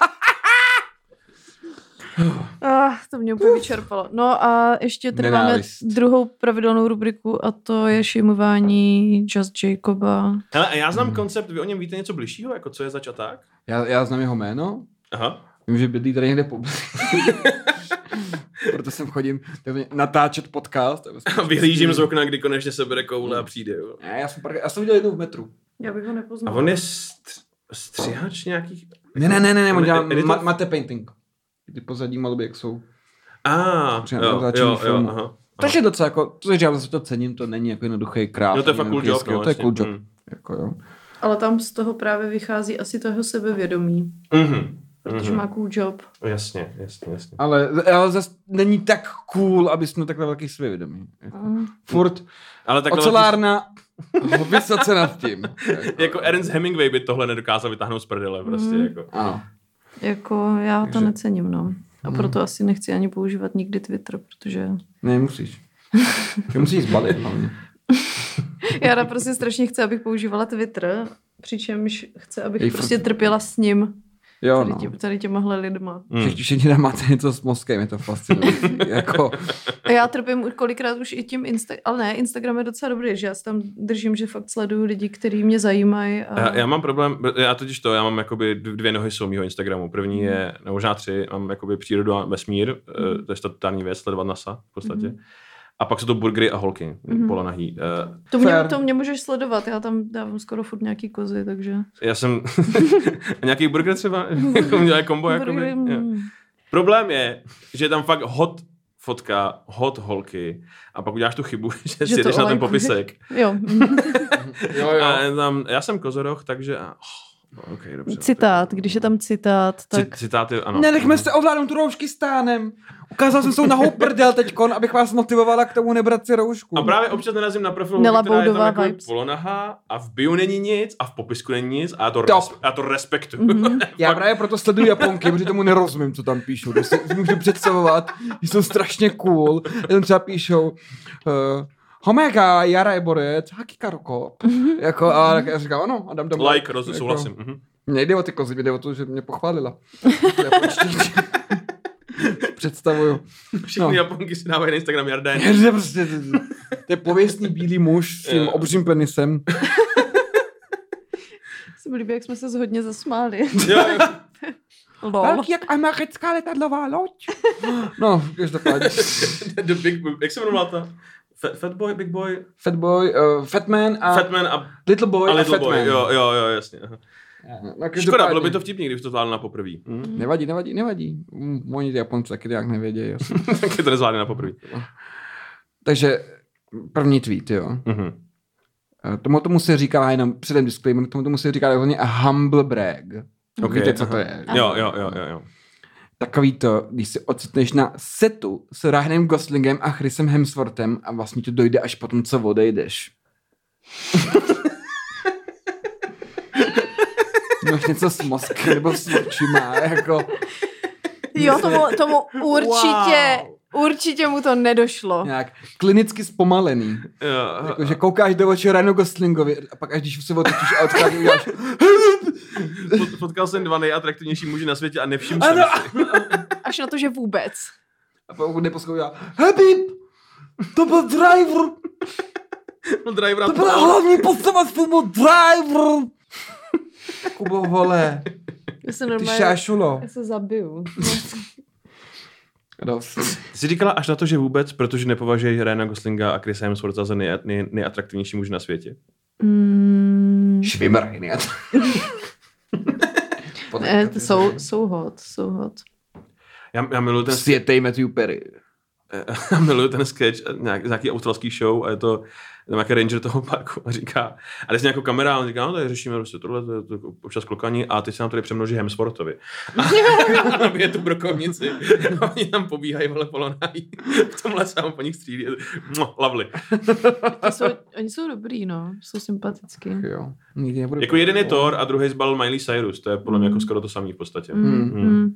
Ah, to mě úplně vyčerpalo. No a ještě tady Nenávist. Máme druhou pravidelnou rubriku a to je šimování Just Jacoba. Hele, a já znám hmm. koncept, vy o něm víte něco bližšího, jako co je zač a tak? Já, já znám jeho jméno. Aha. Vím, že bydlí tady někde poblíž. Proto sem chodím natáčet podcast. A vyhlížím z okna, kdy konečně se bere koule a přijde. Jo. Ne, já jsem, já jsem viděl jednou v metru. Já bych ho nepoznal. A on je stř- střihač nějakých... Ne, ne, ne, ne, ne on dělá ma- mate painting. Ty pozadí malby, jak jsou. A, jo, jo, jo, aha. Takže docela jako, to je, že já zase to cením, to není jako jednoduchý krát. Jo, to je fakt cool job, no, to je cool job. Mm. Jako, jo. Ale tam z toho právě vychází asi toho sebevědomí. Mm-hmm. Protože mm-hmm. má cool job. Jasně, jasně, jasně. Ale, ale zase není tak cool, abys měl takhle velký sebevědomí. Jako. Mm. Furt ale ocelárna velký... vysoce nad tím. Jako, jako Ernest Hemingway by tohle nedokázal vytáhnout z prdele prostě. Mm. Jako. Ano. Jako já Takže... to necením, no. A proto hmm. asi nechci ani používat nikdy Twitter, protože... Ne, musíš. Ty musíš zbalit hlavně. Já prostě strašně chci, abych používala Twitter, přičemž chci, abych Ej, prostě furt... trpěla s ním. Jo, tady, no. tě, tady těmahle lidma. Hmm. Všichni tam máte něco s mozkem, je to fascinující. jako... Já trpím kolikrát už i tím Instagram, ale ne, Instagram je docela dobrý, že já se tam držím, že fakt sleduju lidi, kteří mě zajímají. A... Já, já mám problém, já totiž to, já mám jakoby dvě nohy jsou mýho Instagramu. První je, nebo možná tři, mám jakoby přírodu a vesmír, mm. to je statutární věc, sledovat NASA v podstatě. Mm. A pak jsou to burgery a holky, mm-hmm. polonahý. Uh, to, mě, to mě můžeš sledovat, já tam dávám skoro furt nějaký kozy, takže... Já jsem... nějaký burger třeba? Nějaký kombo? Jakoby? Problém je, že je tam fakt hot fotka, hot holky a pak uděláš tu chybu, že, že si jdeš na ten popisek. Jo. jo, jo. A tam, já jsem kozoroch, takže... Oh, no, okay, dobře, citát, když je tam citát, tak... Citáty, ano. Nenechme se ovládnout tu roušky stánem. Ukázal jsem svou nahou prdel teďkon, abych vás motivovala k tomu nebrat si roušku. A právě občas narazím na profilu, která je tam jako polonahá a v bio není nic a v popisku není nic a já to, res, já to respektuju. Mm-hmm. Já právě proto sleduju Japonky, protože tomu nerozumím, co tam píšou. Když si můžu představovat, že jsou strašně cool. Jenom třeba píšou... Uh, Homega, Jara je borec, Hakikaruko. Mm-hmm. Jako, a já říkám, ano, a dám dám. Like, roz, jako, souhlasím. Mm-hmm. Mně jde o ty kozy, jde o to, že mě pochválila. Představuju. Všichni no. Japonky si dávají na Instagram Jarda. Je, prostě, to je pověstný bílý muž s tím yeah. obřím penisem. Se mi líbí, jak jsme se hodně zasmáli. Lol. Velký jak americká letadlová loď. No, každopádně. The Big Boy, jak se jmenovala ta? Fat, fat Boy, Big Boy? Fat Boy, uh, Fat Man a... Fat Man a... Little Boy a, a Little Fat Boy, Man. jo, jo, jo, jasně. No, škoda, bylo by to vtipný, když to zvládli na poprví. Hm? Nevadí, nevadí, nevadí. Oni ty Japonci taky nějak nevědějí. Taky to nezvládli na poprví. Takže první tweet, jo. Mm-hmm. Tomu tomu se říká, jenom předem disclaimer, tomu tomu se říká takzvaně a humble brag. Okay, víte, co aha. to je? Jo, jo, jo, jo, jo. Takový to, když se ocitneš na setu s Ryanem Goslingem a Chrisem Hemsworthem a vlastně to dojde až potom, co odejdeš. Máš něco s mozkem nebo s očima, jako... Jo, tomu, tomu určitě, wow. určitě mu to nedošlo. Nějak klinicky zpomalený. Jo. Jako, že koukáš do očí Ryanu Goslingovi a pak až když se otočíš a odcházíš, uděláš... Potkal jsem dva nejatraktivnější muži na světě a nevšiml jsem si. Až na to, že vůbec. A pak neposkou já, Habib, to byl driver. No, driver to byla hlavní postava z filmu Driver. Kubo, vole. Ty šášulo. Já se zabiju. Ty jsi říkala až na to, že vůbec, protože nepovažuješ Ryana Goslinga a Chrisa Hemswortha za nej, nej, nejatraktivnější muž na světě? Mm. Švimr, ne, jsou, jsou hot, jsou hot. Já, já miluji ten... Světej Matthew Perry. Já miluji ten sketch, nějak, nějaký australský show a je to nějaký ranger toho parku a říká, a jde si nějakou kamera a on říká, no tady řešíme prostě tohle, to, to, to občas klokaní a teď se nám tady přemnoží Hemsworthovi. A nabije tu brokovnici a oni tam pobíhají, vole, polonají. V tomhle se on po nich střílí. No, lovely. Jsou, oni jsou dobrý, no, jsou sympatický. Jo. Jako jeden je Thor a druhý zbalil Miley Cyrus, to je podle mě mm. jako skoro to samý v podstatě. Mm. Mm. Mm.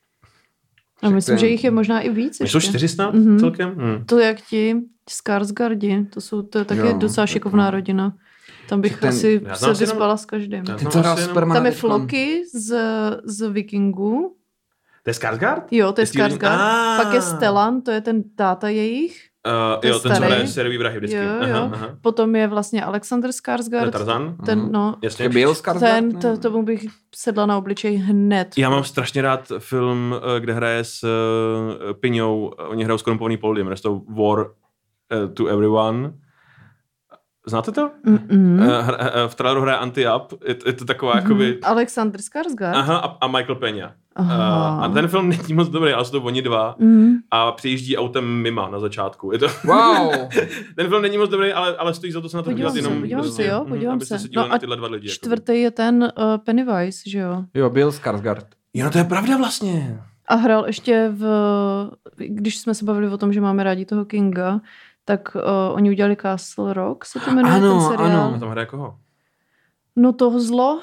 A myslím, že jich je možná i víc. Jsou čtyři snad mm-hmm. celkem? Mm. To jak ti Skarsgardi, to jsou to je taky jo, docela šikovná rodina. Tam bych ten, asi se vyspala s každým. Ten, ten tam je Floki z, z Vikingů. To je Skarsgard? Jo, to je Skarsgard. Ah. Pak je Stellan, to je ten táta jejich. Uh, jo, ten, co hraje sériový vrahy vždycky. Jo, jo. Aha, aha. Potom je vlastně Alexander Skarsgård. Tarzan? Ten, no, jasně. Byl Skarsgård? Ten, to, tomu bych sedla na obličej hned. Já mám strašně rád film, kde hraje s uh, Piňou, oni hrajou s korumpovaný Poldym, je to War uh, to Everyone. Znáte to? Mm-mm. Uh, hra, uh, v traileru hraje Anti-Up, je, je to taková mm-hmm. jakoby... Alexander Skarsgård? Aha, a, a Michael Peña. Uh, a ten film není moc dobrý, ale jsou to oni dva mm. a přijíždí autem Mima na začátku. Je to... Wow! Ten film není moc dobrý, ale, ale stojí za to se na to podívám dívat se, jenom... Podívám se, jo, podívám se. se. No a tyhle dva lidi, čtvrtý je ten uh, Pennywise, že jo? Jo, byl Skarsgård. Jo, no to je pravda vlastně. A hrál ještě v... Když jsme se bavili o tom, že máme rádi toho Kinga, tak uh, oni udělali Castle Rock, se to jmenuje ano, ten seriál. Ano, a tam hraje koho? No toho zlo.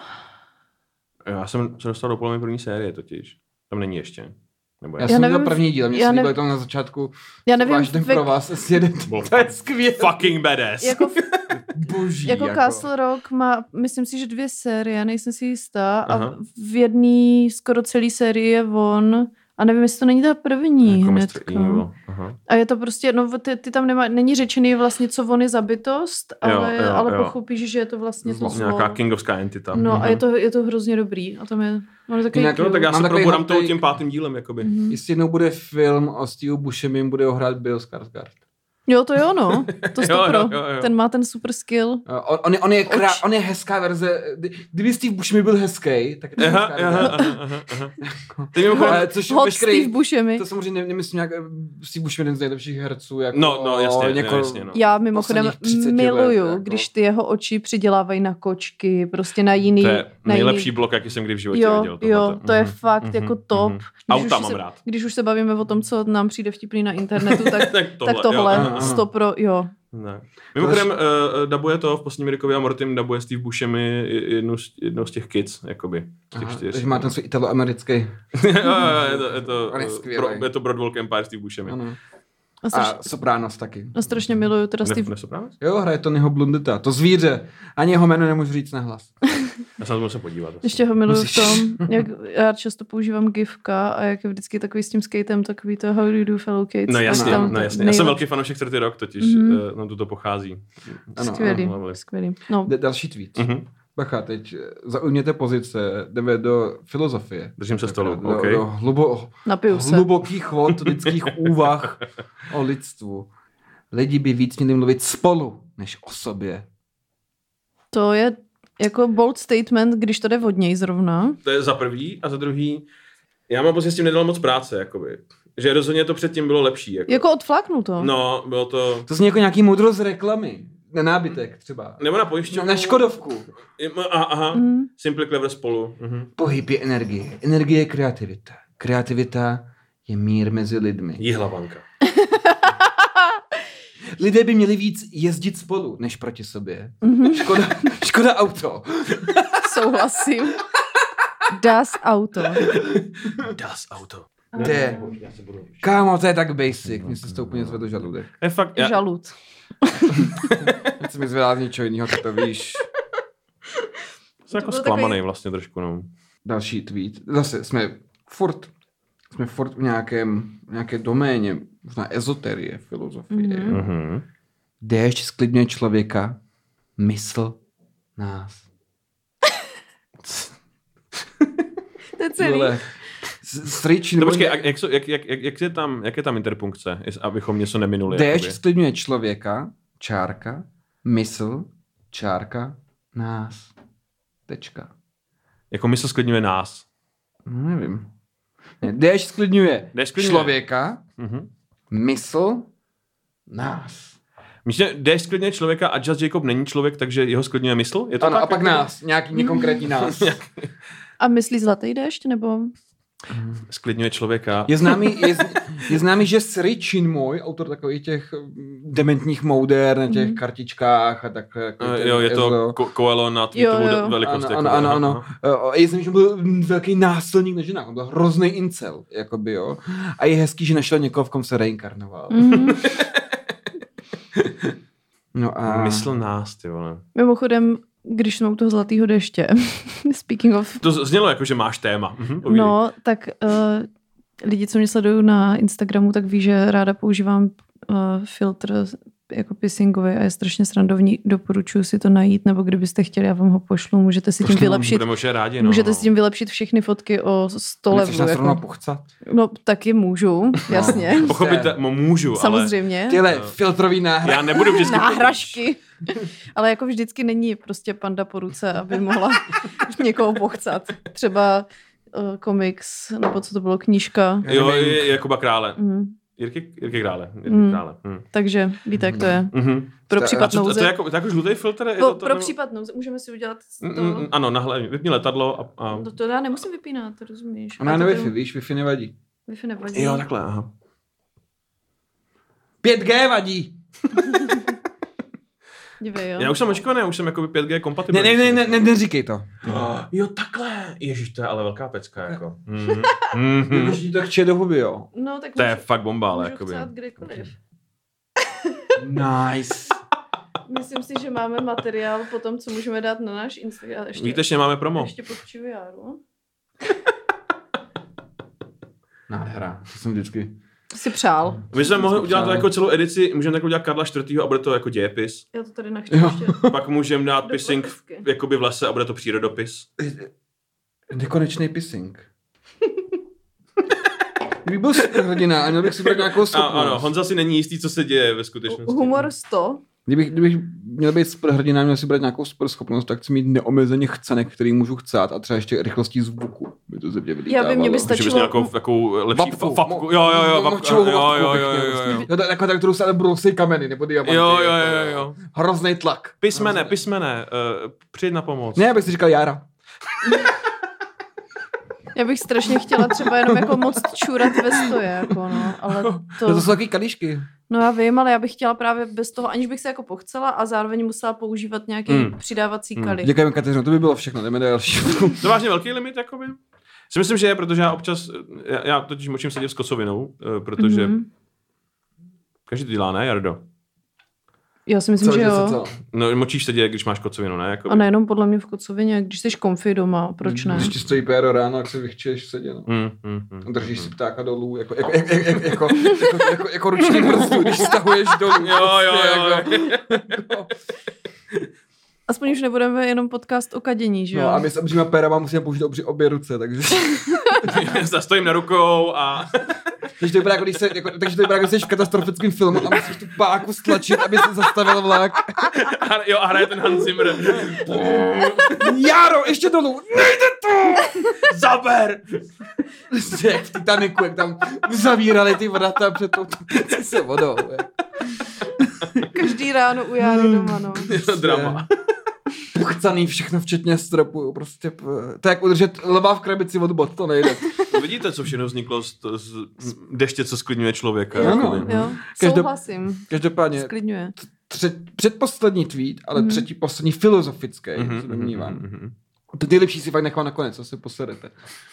Já jsem se dostal do poloviny první série totiž. Tam není ještě. Nebo já, já jsem viděl první díl, mě se líbilo tam na začátku. Já nevím, ten pro vás asi jeden. To je skvělý. Fucking badass. Jako, Boží. Jako, jako Castle Rock má, myslím si, že dvě série, nejsem si jistá. Aha. A v jedné skoro celé série je on. A nevím, jestli to není ta první jako hnedka. A je to prostě, no ty, ty tam nemá, není řečený vlastně, co on je za bytost, ale, jo, jo, ale jo. pochopíš, že je to vlastně zlo. to zlo. Nějaká kingovská entita. No mm-hmm. a je to, je to hrozně dobrý. A tam je, je takový Jinak, no, tak já mám se probudám hotej... tím pátým dílem, jakoby. Mm-hmm. Jestli jednou bude film o Steve Buscemim, bude ho hrát Bill Skarsgård. Jo, to jo, no. To stopro. jo, jo, jo. Ten má ten super skill. On, on, je, on, je krá, on je hezká verze. Kdyby Steve Buscemi byl hezký, tak je to aha, hezká aha, verze. aha, aha, aha. Ty mimochodem, což hot veškerý, Steve Buscemi. To samozřejmě ne, nemyslím nějak Steve Buscemi jeden z nejlepších herců. Jako, no, no, jasně, něko, no, jasně no. Já mimochodem miluju, let, jako. když ty jeho oči přidělávají na kočky, prostě na jiný... To je na nejlepší jiný... blok, jaký jsem kdy v životě jo, viděl. Jo, to, to je mm-hmm, fakt mm-hmm, jako top. Mm-hmm. Když Auta už mám se, rád. Když už se bavíme o tom, co nám přijde vtipný na internetu, tak, tak tohle, tak tohle jo, stopro, jo. Ne. Mimochodem, uh, dabuje to v posledním Rickovi a Mortym, dabuje Steve Buscemi jednu z, jednou z těch kids, jakoby, z těch Aha, čtyř. takže má ten svůj italo-americký. je to, je to, je, bro, je to Broadwalk Empire Steve Buscemi. Ano. A, straš... a Sopranos taky. A strašně miluju teda ne, Steve... Ne Sopranos? Jo, hraje Tonyho Blundeta, to zvíře. Ani jeho jméno nemůžu říct na hlas. Já se na to musím podívat. Ještě ho miluju v tom, jak já často používám gifka a jak je vždycky takový s tím skatem, takový to how do you do fellow kids. No jasně, tam no jasně. Já jsem velký fanoušek třicátý rok, totiž mm-hmm. nám to pochází. Ano, skvělý, ano, skvělý. No. D- další tweet. Mm-hmm. Bacha, teď zaujměte pozice, jdeme do filozofie. Držím se stolu, do, okay. do hlubo, hlubokých vod lidských úvah o lidstvu. Lidi by víc měli mluvit spolu, než o sobě. To je jako bold statement, když to jde od něj zrovna. To je za prvý a za druhý, já mám pocit, s tím nedal moc práce, jakoby. Že rozhodně to předtím bylo lepší. Jako, jako odfláknu to. No, bylo to... To zní jako nějaký moudro z reklamy. Na nábytek třeba. Nebo na pojišťovnu. Na Škodovku. Aha, aha. Mm. Simply Clever spolu. Mhm. Pohyb je energie. Energie je kreativita. Kreativita je mír mezi lidmi. Jihlavanka. Lidé by měli víc jezdit spolu, než proti sobě. Mm-hmm. Škoda, škoda auto. Souhlasím. Das Auto. Das Auto. Jde. Kámo, to je tak basic. Mně se to úplně zvedl žaludek. Je fakt... Já... Žalud. Teď se mi zvedá z něčeho jiného, tak to víš. Jsem jako zklamaný takový... vlastně trošku, no. Další tweet. Zase jsme furt, jsme furt v nějakém, nějaké doméně, možná ezoterie, filozofie. Mm-hmm. Déšť sklidňuje člověka, mysl nás. To je celý. Stričí, no počkej, jak, jak, jak, jak, jak, je tam, jak je tam interpunkce, abychom něco neminuli? Déšť sklidňuje člověka, čárka, mysl, čárka, nás. Tečka. Jako mysl sklidňuje nás? No, nevím. Ne, déšť sklidňuje, déšť sklidňuje člověka, mm-hmm. mysl, nás. Myslím, že déšť sklidňuje člověka a Just Jacob není člověk, takže jeho sklidňuje mysl? Je to ano, tak, a pak jako... nás. Nějaký nekonkrétní nás. A myslí zlatý déšť, nebo... Sklidňuje člověka. Je známý, je, je známý, že Sri Chinmoy, autor takových těch dementních mouder na těch mm. kartičkách a tak. Jako uh, jo, je to ko- Coelho na tweetovou velikost. Ano, ano, ano, ano. Uh, je známý, že byl velký násilník na ženách. On byl hrozný incel, jakoby, jo. A je hezký, že našel někoho, v kom se reinkarnoval. Mm. No a... Mysl nás, ty vole. Mimochodem, když jsme u toho zlatého deště, speaking of... To znělo jako, že máš téma. Mhm, no, tak uh, lidi, co mě sledují na Instagramu, tak ví, že ráda používám uh, filtr jako pissingový a je strašně srandovní. Doporučuji si to najít, nebo kdybyste chtěli, já vám ho pošlu. Můžete si tím vylepšit. Rádi, no. Můžete si tím vylepšit všechny fotky o sto levelu. Jako... No, taky můžu, jasně. No, pochopíte, můžu, samozřejmě. Ale... Tyhle filtrový náhražky. Já nebudu vždycky... Náhražky. Ale jako vždycky není prostě panda po ruce, aby mohla někoho pochcat. Třeba uh, komiks, nebo co to bylo, knížka. Jo, je Jakuba Krále. Mm. Jirky, Jirky Krále. Jirky mm. Krále. Mm. Takže víte, jak to je. Mm-hmm. Pro případ nouze. To je jako, to jako žlutý filtr? Je pro to, to, pro nebo... případ nouze. Můžeme si udělat to... Mm, ano, nahle, vypni letadlo a... a... To, to já nemusím vypínat, to rozumíš. Ona na Wi-Fi, víš, Wi-Fi nevadí. Wi-Fi nevadí. Jo, takhle, aha. pět G vadí. Dívej, jo. Já už jsem očkovaný, já už jsem jakoby pět G kompatibilní. Ne, ne, ne, ne, neříkej to. Oh, jo, takhle. Ježiš, to je ale velká pecka, jako. Mm-hmm. mm-hmm. To chče do huby, jo. No, tak to můžu, je fakt bomba, ale můžu jakoby. chcát kdekoliv. Nice. Myslím si, že máme materiál po tom, co můžeme dát na náš Instagram. Ještě, víte, že máme promo. Ještě pod čivijáru. Nádhera, to jsem vždycky... Si přál. My jsme mohli udělat to jako celou edici, můžeme takhle udělat Karla čtvrtého a bude to jako dějepis. Já to tady nachci ještě. Pak můžeme dát pissing jakoby v lese a bude to přírodopis. Nekonečný pissing. Kdyby byl superhrdina a měl bych si brát nějakou schopnost. Ano, Honza si není jistý, co se děje ve skutečnosti. Humor sto. Kdybych, kdybych měl být superhrdina a měl si brát nějakou super schopnost, tak chci mít neomezeně chcenek, který můžu chcát a třeba ještě rychlostí zvuku. By to země vylítávalo. Já by mě by stačilo... Že bys nějakou takovou lepší vapku. fapku. Jo, jo, jo, vapku. Jo, jo, jo, jo, jo. Taková, tak, kterou se ale brousí kameny, nebo diamanty. Jo, jo, jo, jo. Hrozný tlak. Písmene, písmene, uh, přijď na pomoc. Ne, já bych si říkal Jára. Já bych strašně chtěla třeba jenom jako moc čůrat ve stoje, jako no, ale to... To, to jsou taky kalíšky. No já vím, ale já bych chtěla právě bez toho, aniž bych se jako pochcela a zároveň musela používat nějaký mm. přidávací mm. kalich. Děkujeme, Kateřino, to by bylo všechno, jdeme další. To vážně velký limit, jakoby? Si myslím, že je, protože já občas, já, já totiž močím sedět s kocovinou, protože mm-hmm. každý to dělá, ne, Jardo? Já si myslím, co, že jo. Co? No, močíš sedět, když máš kocovinu, ne? Jakoby. A nejenom podle mě v kocovině, když jsi komfy doma, proč ne? Když ti stojí péro ráno, jak se vychčeš v sedě, no. Mm, mm, mm, Držíš mm. si ptáka dolů, jako, jako, jako, jako, jako, jako, jako, jako ruční brzdu, když stahuješ dolů. Jo, jo, jo. Jako. Aspoň už nebudeme jenom podcast o kadění, že jo? No a my s obříma pérama musíme použít obří obě ruce, takže... Zastojím na rukou a... takže to vypadá, jako když se, jako, takže to vypadá, jako když jsi v katastrofickém filmu a musíš tu páku stlačit, aby se zastavil vlak. A, jo, a hraje ten Hans Zimmer. Járo, ještě dolů, nejde to! Zaber! Jak v Titaniku, jak tam zavírali ty vrata před tou topící se vodou. Každý ráno u Járy doma, no. Je to drama. Puchcaný všechno, včetně stropu. Prostě, to je jak udržet lva v krabici od bot, to nejde. Vidíte, co všechno vzniklo z, z deště, co sklidňuje člověka. Jo, jako jo. Každop, souhlasím. Každopádně sklidňuje. Tři, předposlední tweet, ale mm. třetí poslední filozofický, mm-hmm, se domnívám. Mm-hmm. To nejlepší si fakt nechám nakonec, co se posedete.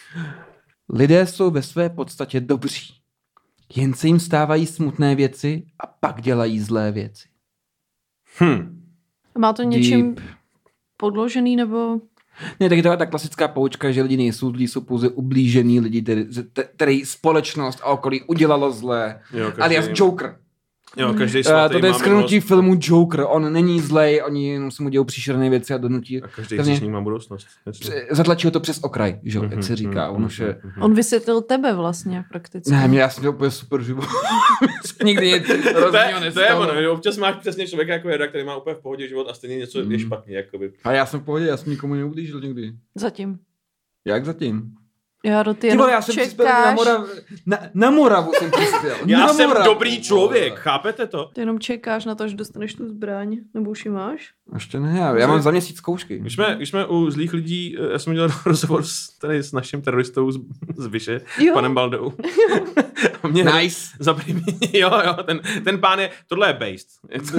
Lidé jsou ve své podstatě dobří. Jen se jim stávají smutné věci a pak dělají zlé věci. Hm. Má to něčím Deep. podložený, nebo... Ne, tak je to ta klasická poučka, že lidi nejsou zlí, jsou pouze ublížený lidi, který společnost a okolí udělalo zlé. Jo, alias Joker. Jo, každý svatý uh, to je skrnutí filmu Joker. On není zlej, oni jenom se mu dělou příšerné věci a donutí. A každý z nich má budoucnost. Zatlačí ho to přes okraj, že? Mm-hmm, jak se říká. Mm-hmm, on, už je... on vysvětlil tebe vlastně prakticky. Ne, mě jasně úplně super život. Nikdy nic rozdílného nestalo. To je ono, že občas máš přesně člověka jako Jarda, který má úplně v pohodě život a stejně něco mm. je špatně. Jakoby. A já jsem v pohodě, já jsem nikomu neublížil nikdy. Zatím. Jak zatím? Járo, ty jenom já jsem čekáš. Na, Morav... na, na Moravu jsem přispěl. Já na jsem Moravu. Dobrý člověk, chápete to? Ty jenom čekáš na to, až dostaneš tu zbraň, nebo už ji máš? Ještě ne, já, já mám za měsíc zkoušky. Když jsme, když jsme u zlých lidí, já jsem dělal rozhovor s, tady s naším teroristou z, z Vyše, jo. panem Baldou. Mě nice. Zaprý, jo, jo, ten, ten pán je, tohle je based.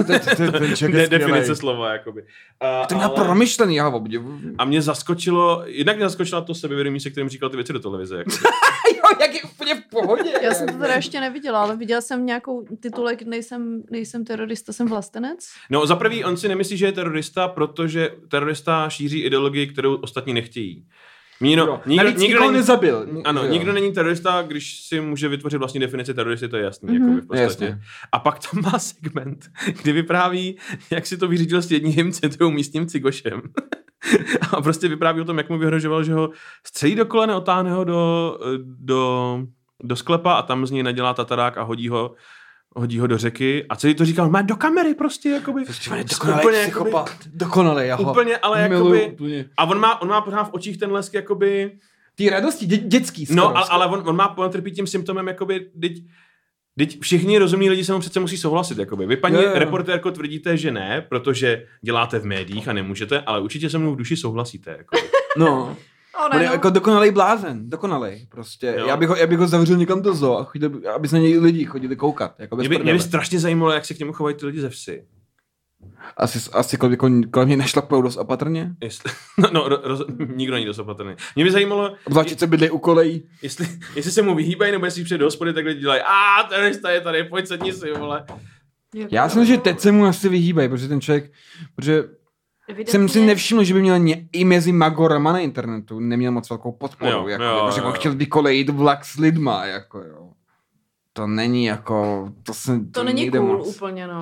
Je definice slova, jakoby. A, to je promyšlený, já ho obdivu. A mě zaskočilo, jednak mě zaskočilo to sebevědomí, se kterým říkal ty věci do televize. Jako. Jo, jak je úplně v pohodě. Já jsem to teda ještě neviděla, ale viděla jsem nějakou titulek, nejsem, nejsem terorista, jsem vlastenec. No za prvý, on si nemyslí, že je terorista, protože terorista šíří ideologii, kterou ostatní nechtějí. Míno, jo, nikdo, nikdo není, nezabil. Ano, jo. nikdo není terorista, když si může vytvořit vlastní definici teroristy, to je jasný. Mm-hmm. Jakoby v podstatě. Jasně. A pak tam má segment, kdy vypráví, jak si to vyřídil s jedním citovou místním cigošem. A prostě vypráví o tom, jak mu vyhrožoval, že ho střelí do kolene, otáhne ho do, do, do sklepa a tam z něj nadělá tatarák a hodí ho hodí ho do řeky a celý to říkal, má do kamery prostě, jakoby. Dokonalej psychopat. Dokonalej, jaho. Úplně, ale jakoby. A on má, on má pořád v očích ten lesk, jakoby. Ty radosti, dě, dětský. Skoro, no, ale, ale on, on má, on trpí tím symptomem, jakoby, teď, teď všichni rozumní lidi se mu přece musí souhlasit, jakoby. Vy, paní jo, jo. reportérko, tvrdíte, že ne, protože děláte v médiích a nemůžete, ale určitě se mnou v duši souhlasíte, jakoby. No. Oh, on je jako dokonalej blázen, dokonalej prostě. Já bych, ho, já bych ho zavřel někam do zoo a chodil, aby se na něj lidi chodili koukat. Jako mě, by, mě by strašně zajímalo, jak se k němu chovají ty lidi ze vsi. Asi, asi kolem, kolem něj nešlapujou dost opatrně? Jestli, no, no roz, nikdo není dost opatrný. Mě by zajímalo... Obzvláště bydlej u kolejí. Jestli, jestli se mu vyhýbají, nebo jestli přijde do hospody, tak lidi dělají a terorista je tady, pojď sedni si, vole. Já si myslím, že teď se mu asi vyhýbají, protože ten člověk, protože evidentně jsem si nevšiml, že by měl ně, i mezi magorama na internetu neměl moc velkou podporu, jo, jako, jo, protože jo, jo. chtěl vykolejit vlak s lidma, jako jo. To není jako, to se... To, to není cool moc. Úplně, no.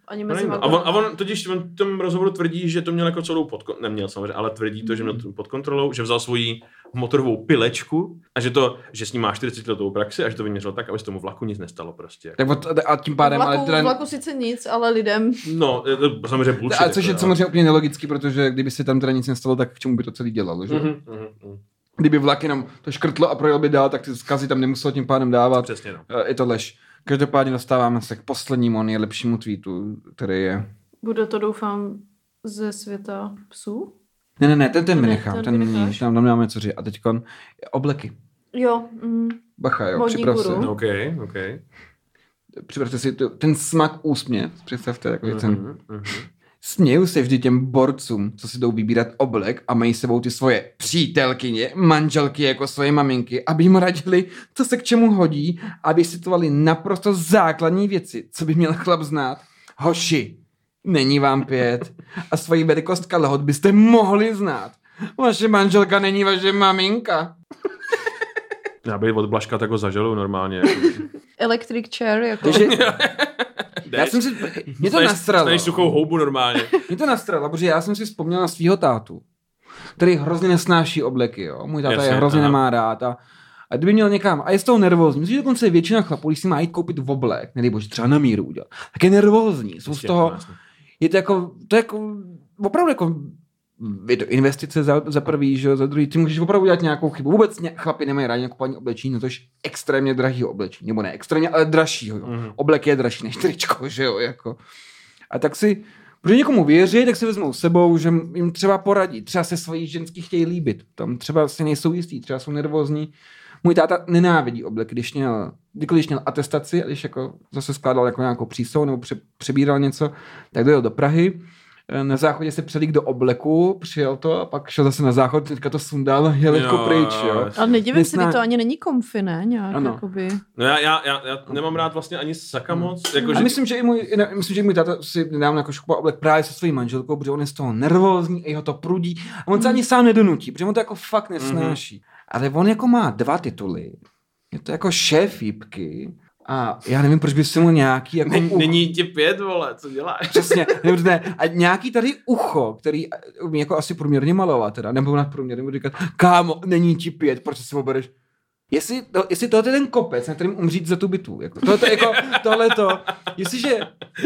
ani mezi no, a, on, a on totiž on v tom rozhovoru tvrdí, že to měl jako celou pod neměl samozřejmě, ale tvrdí to, že měl pod kontrolou, že vzal svoji motorovou pilečku a že to, že s ním má čtyřicet letou praxi a že to vyměřil tak, aby se tomu vlaku nic nestalo prostě. Tak od, a tím pádem... Vlaku, ale teda... vlaku sice nic, ale lidem... No, to samozřejmě bullshit. A což je samozřejmě úplně nelogický, protože kdyby se tam teda nic nestalo, tak k čemu by to celý dělalo, že? Mm-hmm, mm-hmm. Kdyby vlak jenom to škrtlo a projel by dál, tak ty zkazy tam nemuselo tím pádem dávat. Přesně, no. Je to lež. Každopádně dostáváme se k poslednímu nejlepšímu tweetu, který je... Bude to, doufám, ze světa psů? Ne, ne, ne, ten, ten mi ne, nechám, ten ten mi tam nemáme co říct. A teďkon obleky. Jo. Mm. Bacha, jo, Modní připrav se. OK, OK. Připravte si to, ten smak úsměv, představte, takový mm-hmm, ten... Mm-hmm. Směju se vždy těm borcům, co si jdou vybírat oblek a mají sebou ty svoje přítelkyně, manželky jako svoje maminky, aby jim radili, co se k čemu hodí, aby situovali naprosto základní věci, co by měl chlap znát. Hoši, není vám pět a svoji velikost kalhot byste mohli znát. Vaše manželka není vaše maminka. Já bych od Blažka tak ho zažaluju normálně. Electric chair, jako... Takže... Já jsem si... Mě to nastralo. Staneš suchou houbu normálně. Mě to nastralo, protože já jsem si vzpomněl na svýho tátu, který hrozně nesnáší obleky, jo. Můj táta Jasně, je hrozně aha. nemá rád a, a kdyby měl někam, a je z toho nervózní, myslím, že dokonce většina chlapů, když si má jít koupit v oblek, nedej bože, třeba na míru udělat, tak je nervózní, jsou z toho, je to jako, to je jako, opravdu jako, je to investice za, za prvý, že za druhý, ty můžeš opravdu dělat nějakou chybu. Vůbec ně, chlapi nemají rádi nakupání oblečení, no tož extrémně drahýho oblečení, nebo ne extrémně, ale dražšího, jo. Mm. Oblek je dražší než tričko, že jo, jako. A tak si, protože někomu věří, tak si vezmou s sebou, že jim třeba poradí, třeba se svojí ženský chtějí líbit, tam třeba si nejsou jistí, třeba jsou nervózní. Můj táta nenávidí oblek, když měl, když měl atestaci, a když jako zase skládal jako nějakou přísou nebo pře, přebíral něco, tak dojel do Prahy. Na záchodě se předlík do obleku, přijel to a pak šel zase na záchod, teďka to sundal a jel jako pryč, jo. Ale nedivím Nesná... se, to ani není komfy, ne? Nějak, ano. Jakoby. No já, já, já, já nemám rád vlastně ani saka moc. Jako, a že... myslím, že i můj, ne, myslím, že i můj táta si nedávno jako škupoval oblek právě se svojí manželkou, protože on je z toho nervózní a jeho to prudí a on se ani sám nedonutí, protože on to jako fakt nesnáší. Mm-hmm. Ale on jako má dva tituly. Je to jako šéf jípky. A já nevím, proč by si mu nějaký... Jako Není, uch... není ti pět, vole, co děláš? Přesně, nebo ne, a nějaký tady ucho, který umí jako asi průměrně malovat, teda, nebo nadprůměrně, nebo říkat, kámo, není ti pět, proč si ho bereš? Jestli, to, jestli tohle je ten kopec, na kterým umřít za tu bytu, jako, tohle, jako, tohleto, jestliže...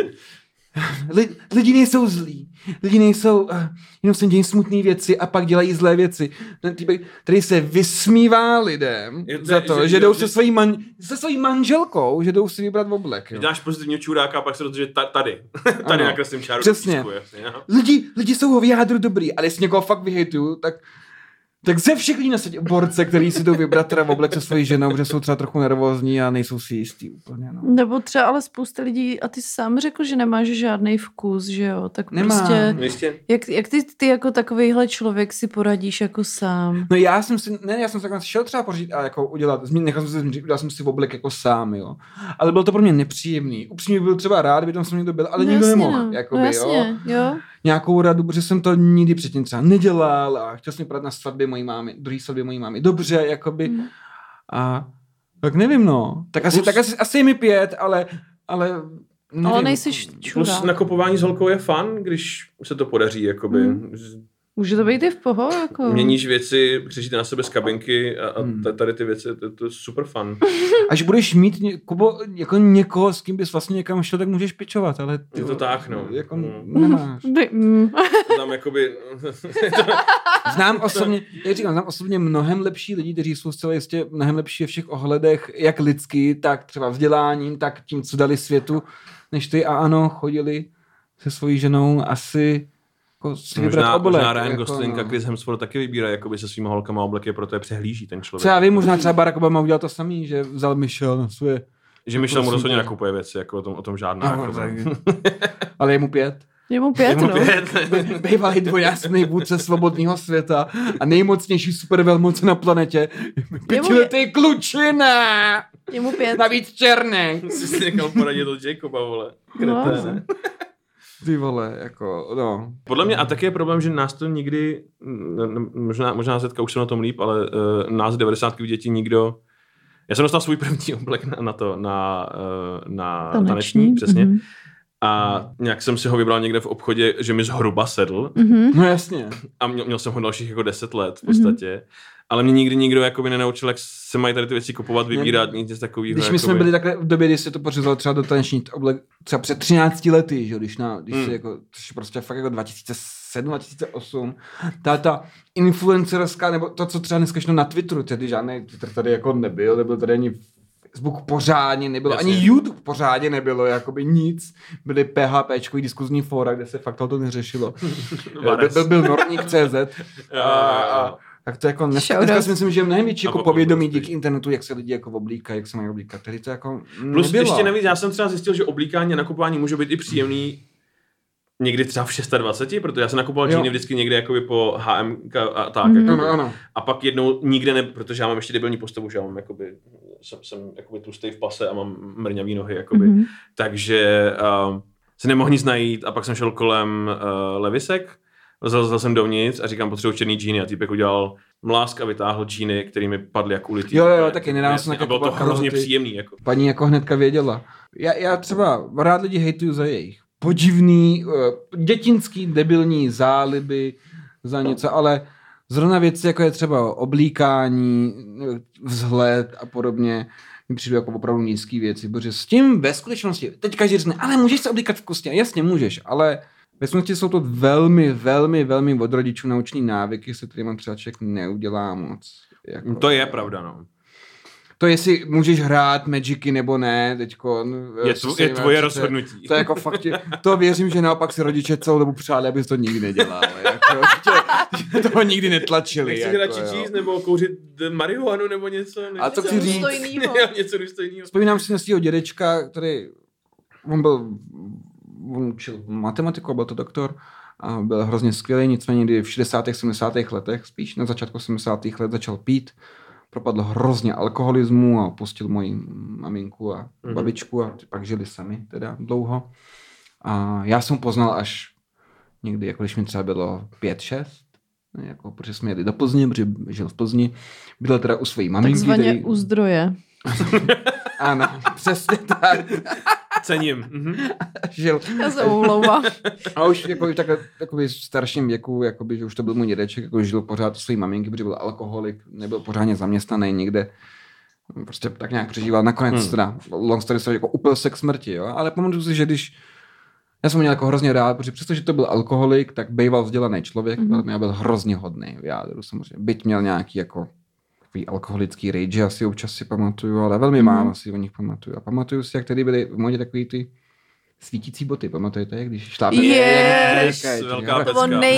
Lidi nejsou zlí, lidi nejsou, uh, jenom se dějí smutné věci a pak dělají zlé věci. Ten týpek, který se vysmívá lidem to, za to, že, že jdou že... se svojí, man, se svojí manželkou, že jdou si vybrat v oblek. Jo. Dáš pozitivního čuráka a pak se rozhodne, že tady, tady nakreslím čáru. Přesně. Tisku, jasně, lidi, lidi jsou ho v jádru dobrý, ale jestli někoho fakt vyhejtuju, tak Tak ze všech lidí na světě borce, který si jdou vybrat teda v oblek se svojí ženou, protože jsou třeba trochu nervózní a nejsou si jistí úplně. No. Nebo třeba ale spousta lidí, a ty sám řekl, že nemáš žádný vkus, že jo? Tak Nemá. prostě, jak, jak ty, ty jako takovejhle člověk si poradíš jako sám? No já jsem si, ne, já jsem se takhle šel třeba pořídit a jako udělat, nechal jsem si změřit, udělal jsem si v oblek jako sám, jo. Ale bylo to pro mě nepříjemný. Upřímně byl třeba rád, kdyby tam se někdo byl, ale no nikdo jasně, nemohl, no. jakoby, no jasně, jo. jo. Nějakou radu, protože jsem to nikdy předtím třeba nedělal a chtěl jsem vypadat na svatbě mojí mámy, druhý svatbě mojí mámy. Dobře, jakoby. Mm. A tak nevím, no. Tak asi, tak asi, asi je mi pět, ale, ale nevím. Ale nejsi čurák. Plus nakupování s holkou je fun, když se to podaří, jakoby. Mm. Může to být i v pohodě, jako. Měníš věci, křičíte na sebe z kabinky a, a hmm. tady ty věci, to, to je super fun. Až budeš mít ně, Kubo, jako někoho, s kým bys vlastně někam šel, tak můžeš pičovat, ale ty, je to tak, no. Jako mm. nemáš. Mm. Tam jakoby... Znám osobně, jak říkám, znám osobně mnohem lepší lidi, kteří jsou zcela jistě mnohem lepší ve všech ohledech, jak lidsky, tak třeba vzděláním, tak tím, co dali světu, než ty a ano, chodili se svojí ženou asi... Možná, možná Ryan jako, Gosling no. a Chris Hemsworth taky vybírají jakoby se svýma holkama obleky, proto je přehlíží ten člověk. Co já vím, možná třeba Barack Obama udělal to samý, že vzal Michelle na svoje... Že Michelle mu rozhodně nakupuje věci, jako o tom, o tom žádná. No, jako tak... Ale je mu pět. Je mu pět, je mu no. pět. Bývalý dvojnásobný vůdce svobodného světa a nejmocnější supervelmoc na planetě. Pětiletý klučina! Je mu pět. Navíc černý. Jsi si nechal poradit od Jacoba, vole. No. Ty vole, jako, no. Podle mě, a taky je problém, že nás to nikdy, možná, možná Zetka už se na tom líp, ale uh, nás devadesátkových dětí nikdo... Já jsem dostal svůj první oblek na, na to, na, uh, na taneční, taneční, přesně. Mm-hmm. A nějak jsem si ho vybral někde v obchodě, že mi zhruba sedl. Mm-hmm. No jasně. A měl, měl jsem ho dalších jako deset let v podstatě. Mm-hmm. Ale mě nikdy nikdo jakoby nenaučil, jak se mají tady ty věci kupovat, vybírat, nic takového. Když my jsme byli takhle v době, kdy se to pořizovalo třeba do taneční oblek, třeba před třinácti lety, že když, na, když mm. si jako, což je prostě fakt jako dva tisíce sedm, dva tisíce osm, ta, ta influencerská, nebo to, co třeba dneska šlo na Twitteru, tedy žádný Twitter tady jako nebyl, nebyl tady ani Facebook pořádně nebylo, Jasně. ani YouTube pořádně nebylo, jakoby nic. Byly PHPčkový diskuzní fóra, kde se fakt to neřešilo. byl, byl, byl Norník tečka cé zet a, a tak to jako dneska, dneska si myslím, že je mnohem větší jako povědomí díky internetu, jak se lidi jako oblíkají, jak se mají oblíkat. Tedy to jako Plus nebylo. ještě navíc, já jsem třeba zjistil, že oblíkání a nakupování může být i příjemný někdy třeba v dvacet šest, protože já jsem nakupoval džíny vždycky někde jakoby po H M a tak. Mm-hmm. Jako, ano, ano. A pak jednou nikde ne, protože já mám ještě debilní postavu, že já mám jakoby, jsem, jsem jakoby tlustej v pase a mám mrňavý nohy, jakoby. Mm-hmm. Takže uh, se nemohl nic najít a pak jsem šel kolem uh, Levisek, zalezl jsem dovnitř a říkám, potřebuji černý džíny a týpek udělal mlásk a vytáhl džíny, který mi padly jak ulitý. Jo, jo, taky nedávno jsem a bylo to hrozně příjemný. Jako. Paní jako hnedka věděla. Já, já třeba rád lidi hejtuju za jejich podivný, dětinský, debilní záliby za něco, ale zrovna věci, jako je třeba oblíkání, vzhled a podobně, mi přijdu jako opravdu nízký věci, protože s tím ve skutečnosti, teď každý řekne, ale můžeš se oblíkat vkusně, jasně můžeš, ale ve skutečnosti jsou to velmi, velmi, velmi od rodičů naučný návyky, se kterými třeba člověk neudělá moc. Jako, to je pravda, no. To jestli můžeš hrát Magicy nebo ne, teďko. Je, tvo, je tvoje rozhodnutí. To je jako fakt, to věřím, že naopak si rodiče celou dobu přáli, abys to nikdy nedělal. Jako, tě, toho nikdy netlačili. Nechci jako, radši číst nebo kouřit marihuanu nebo něco. A to chci říct. Něco důstojného. Vzpomínám si na svého dědečka, který, on byl, on učil matematiku, byl to doktor a byl hrozně skvělý, nicméně kdy v šedesátých, sedmdesátých letech, spíš na začátku sedmdesátých let začal pít, propadl hrozně alkoholismu a pustil moji maminku a mm-hmm. babičku a pak žili sami teda dlouho. A já jsem poznal až někdy, jako když mi třeba bylo pět, šest, jako, protože jsme jeli do Plzně, protože žil v Plzni, byl teda u svojí maminky. Takzvaně který... u zdroje. Ano, přesně tak. Cením. Mm-hmm. Žil. Já se omlouvám. A už jako, tak, takový v starším věku, jakoby, že už to byl můj dědeček, jako žil pořád u své maminky, protože byl alkoholik, nebyl pořádně zaměstnaný někde. Prostě tak nějak přežíval. Nakonec hmm. teda, long story story, jako upil se k smrti, jo. Ale pamatuju si, že když já jsem měl jako hrozně rád, protože přestože to byl alkoholik, tak býval vzdělaný člověk, mm-hmm. ale já byl hrozně hodný v jádru samozřejmě. Byť měl nějaký jako takový alkoholický rage, asi občas si pamatuju, ale velmi mm-hmm. málo si o nich pamatuju. A pamatuju si, jak tady byly v modě takový ty svítící boty, pamatujete, jak když šlápete? Yes, yes, velká pecka.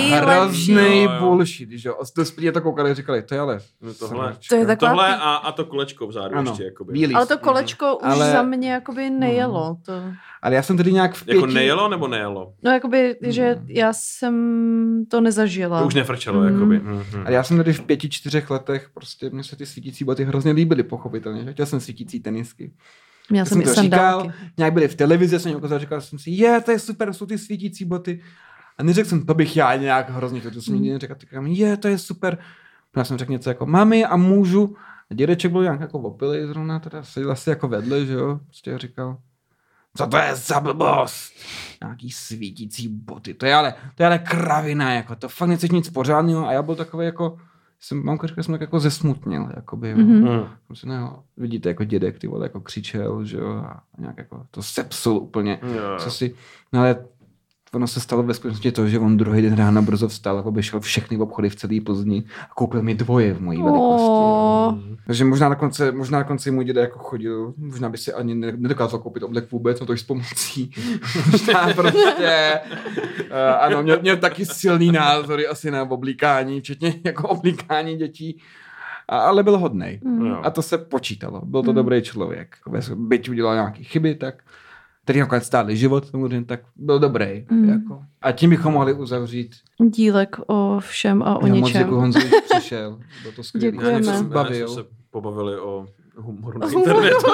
Hrozný bullshit, že jo. Dospělí to koukali a říkali, to je ale... No tohle, to je taková... tohle a, a to kolečko vzadu ano, ještě, jakoby. Bílý. Ale to kolečko mm. už ale... za mě jakoby nejelo. To... Ale já jsem tedy nějak v pěti... Jako nejelo nebo nejelo? No jakoby, mm. že já jsem to nezažila. To už nefrčelo, mm. jakoby. Mm-hmm. Ale já jsem tady v pěti, čtyřech letech, prostě mně se ty svítící boty hrozně líbily, pochopitelně. Chtěl jsem svítící tenisky. Já jsem, jsem to říkal, nějak byli v televizi, jsem ukázal, říkal jsem si, je, to je super, jsou ty svítící boty. A neřekl jsem, to bych já nějak hrozně, to jsem nikdy neřekl, říkám, je, to je super. Já jsem řekl něco jako, mami a můžu. A dědeček byl nějak jako opilý zrovna, teda seděl asi jako vedle, že jo, prostě říkal, co to je za blbost? Nějaký svítící boty, to je ale, to je ale kravina, jako, to fakt nechceš nic pořádného. A já byl takový jako, jsem, mamka říkala, jsem tak jako zesmutnil, jakoby, jo. Mm-hmm. Jsem ne, jo, vidíte, jako dědek, ty vole, jako křičel, že jo, a nějak jako to sepsul úplně, yeah. co si, no ale ono se stalo ve skutečnosti to, že on druhý den ráno brzo vstal a obešel všechny obchody v celé Plzni a koupil mi dvoje v mojí velikosti. Oh. Takže možná na konci, možná na konci můj děda jako chodil, možná by si ani nedokázal koupit oblek vůbec, no to už s pomocí. Možná prostě, uh, ano, měl, měl taky silný názory asi na oblíkání, včetně jako oblíkání dětí. A, ale byl hodnej. Mm. A to se počítalo. Byl to mm. dobrý člověk. Byť udělal nějaké chyby, tak který nakonec stáli život, samozřejmě, tak byl dobrý. Mm. Jako. A tím bychom mohli uzavřít dílek o všem a o já něčem. Moc děkuji, Honzo, že přišel. Bylo to skvělé. Děkujeme. Já jsme se pobavili o humoru na internetu.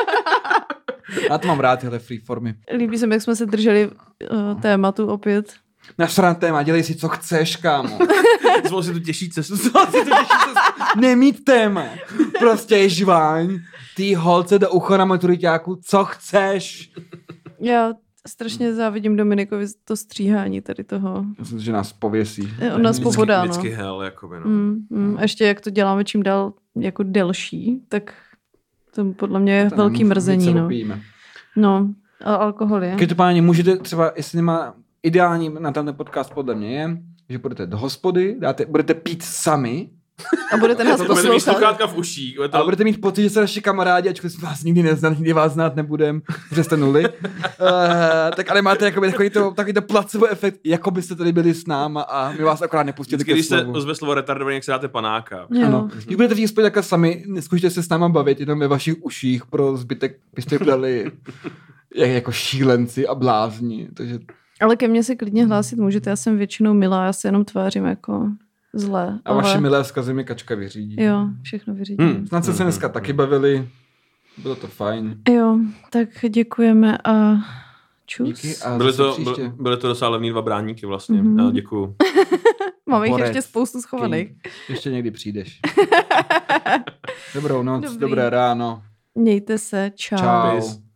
Já to mám rád, tyhle free formy. Líbí se mi, jak jsme se drželi uh, tématu opět. Nasran téma, dělej si, co chceš, kámo. Zvol si tu těžší cestu. Zvol si tu těžší cestu. Nemít téma. Prostě je žváň. Ty holce do ucha na maturiťáku, co chceš. Já Strašně závidím Dominikovi to stříhání tady toho. Myslím, že nás pověsí. On nás pobodá, no. Vždycky hell, jakoby, no. Mm, mm. A ještě jak to děláme čím dál jako delší, tak to podle mě je to velký mrzení, no. No, a alkohol je. Každopádně můžete třeba, jestli nemá ideální na tenhle podcast podle mě je, že budete do hospody, dáte, budete pít sami. A budete nás poslouchat. Budete mít sluchátka v uších. To... A budete mít pocit, že jste naši kamarádi, ačkoliv jsme vás nikdy neznali, nikdy vás znát nebudem, protože jste nuli. uh, tak ale máte jakoby takový to, takový to placebo efekt, jako byste tady byli s náma a my vás akorát nepustili. Když se ozve slovo retardovaný, jak se dáte panáka. Jo. Ano. Když budete v hospodě takhle sami, neskušte se s náma bavit, jenom ve vašich uších, pro zbytek byste byli jako šílenci a blázni. Takže... Ale ke mně se klidně hlásit můžete, já jsem většinou milá, já se jenom tvářím jako zlé. A ale... vaše milé vzkazy mi Kačka vyřídí. Jo, všechno vyřídí. Hmm. Snad se se dneska taky bavili, bylo to fajn. Jo, tak děkujeme a čus. Díky a byly, to, byly, byly to docela levný dva bráníky vlastně, mm-hmm. děkuju. Máme jich ještě spoustu schovaných. Ještě někdy přijdeš. Dobrou noc, Dobrý. Dobré ráno. Mějte se, čau. Čau.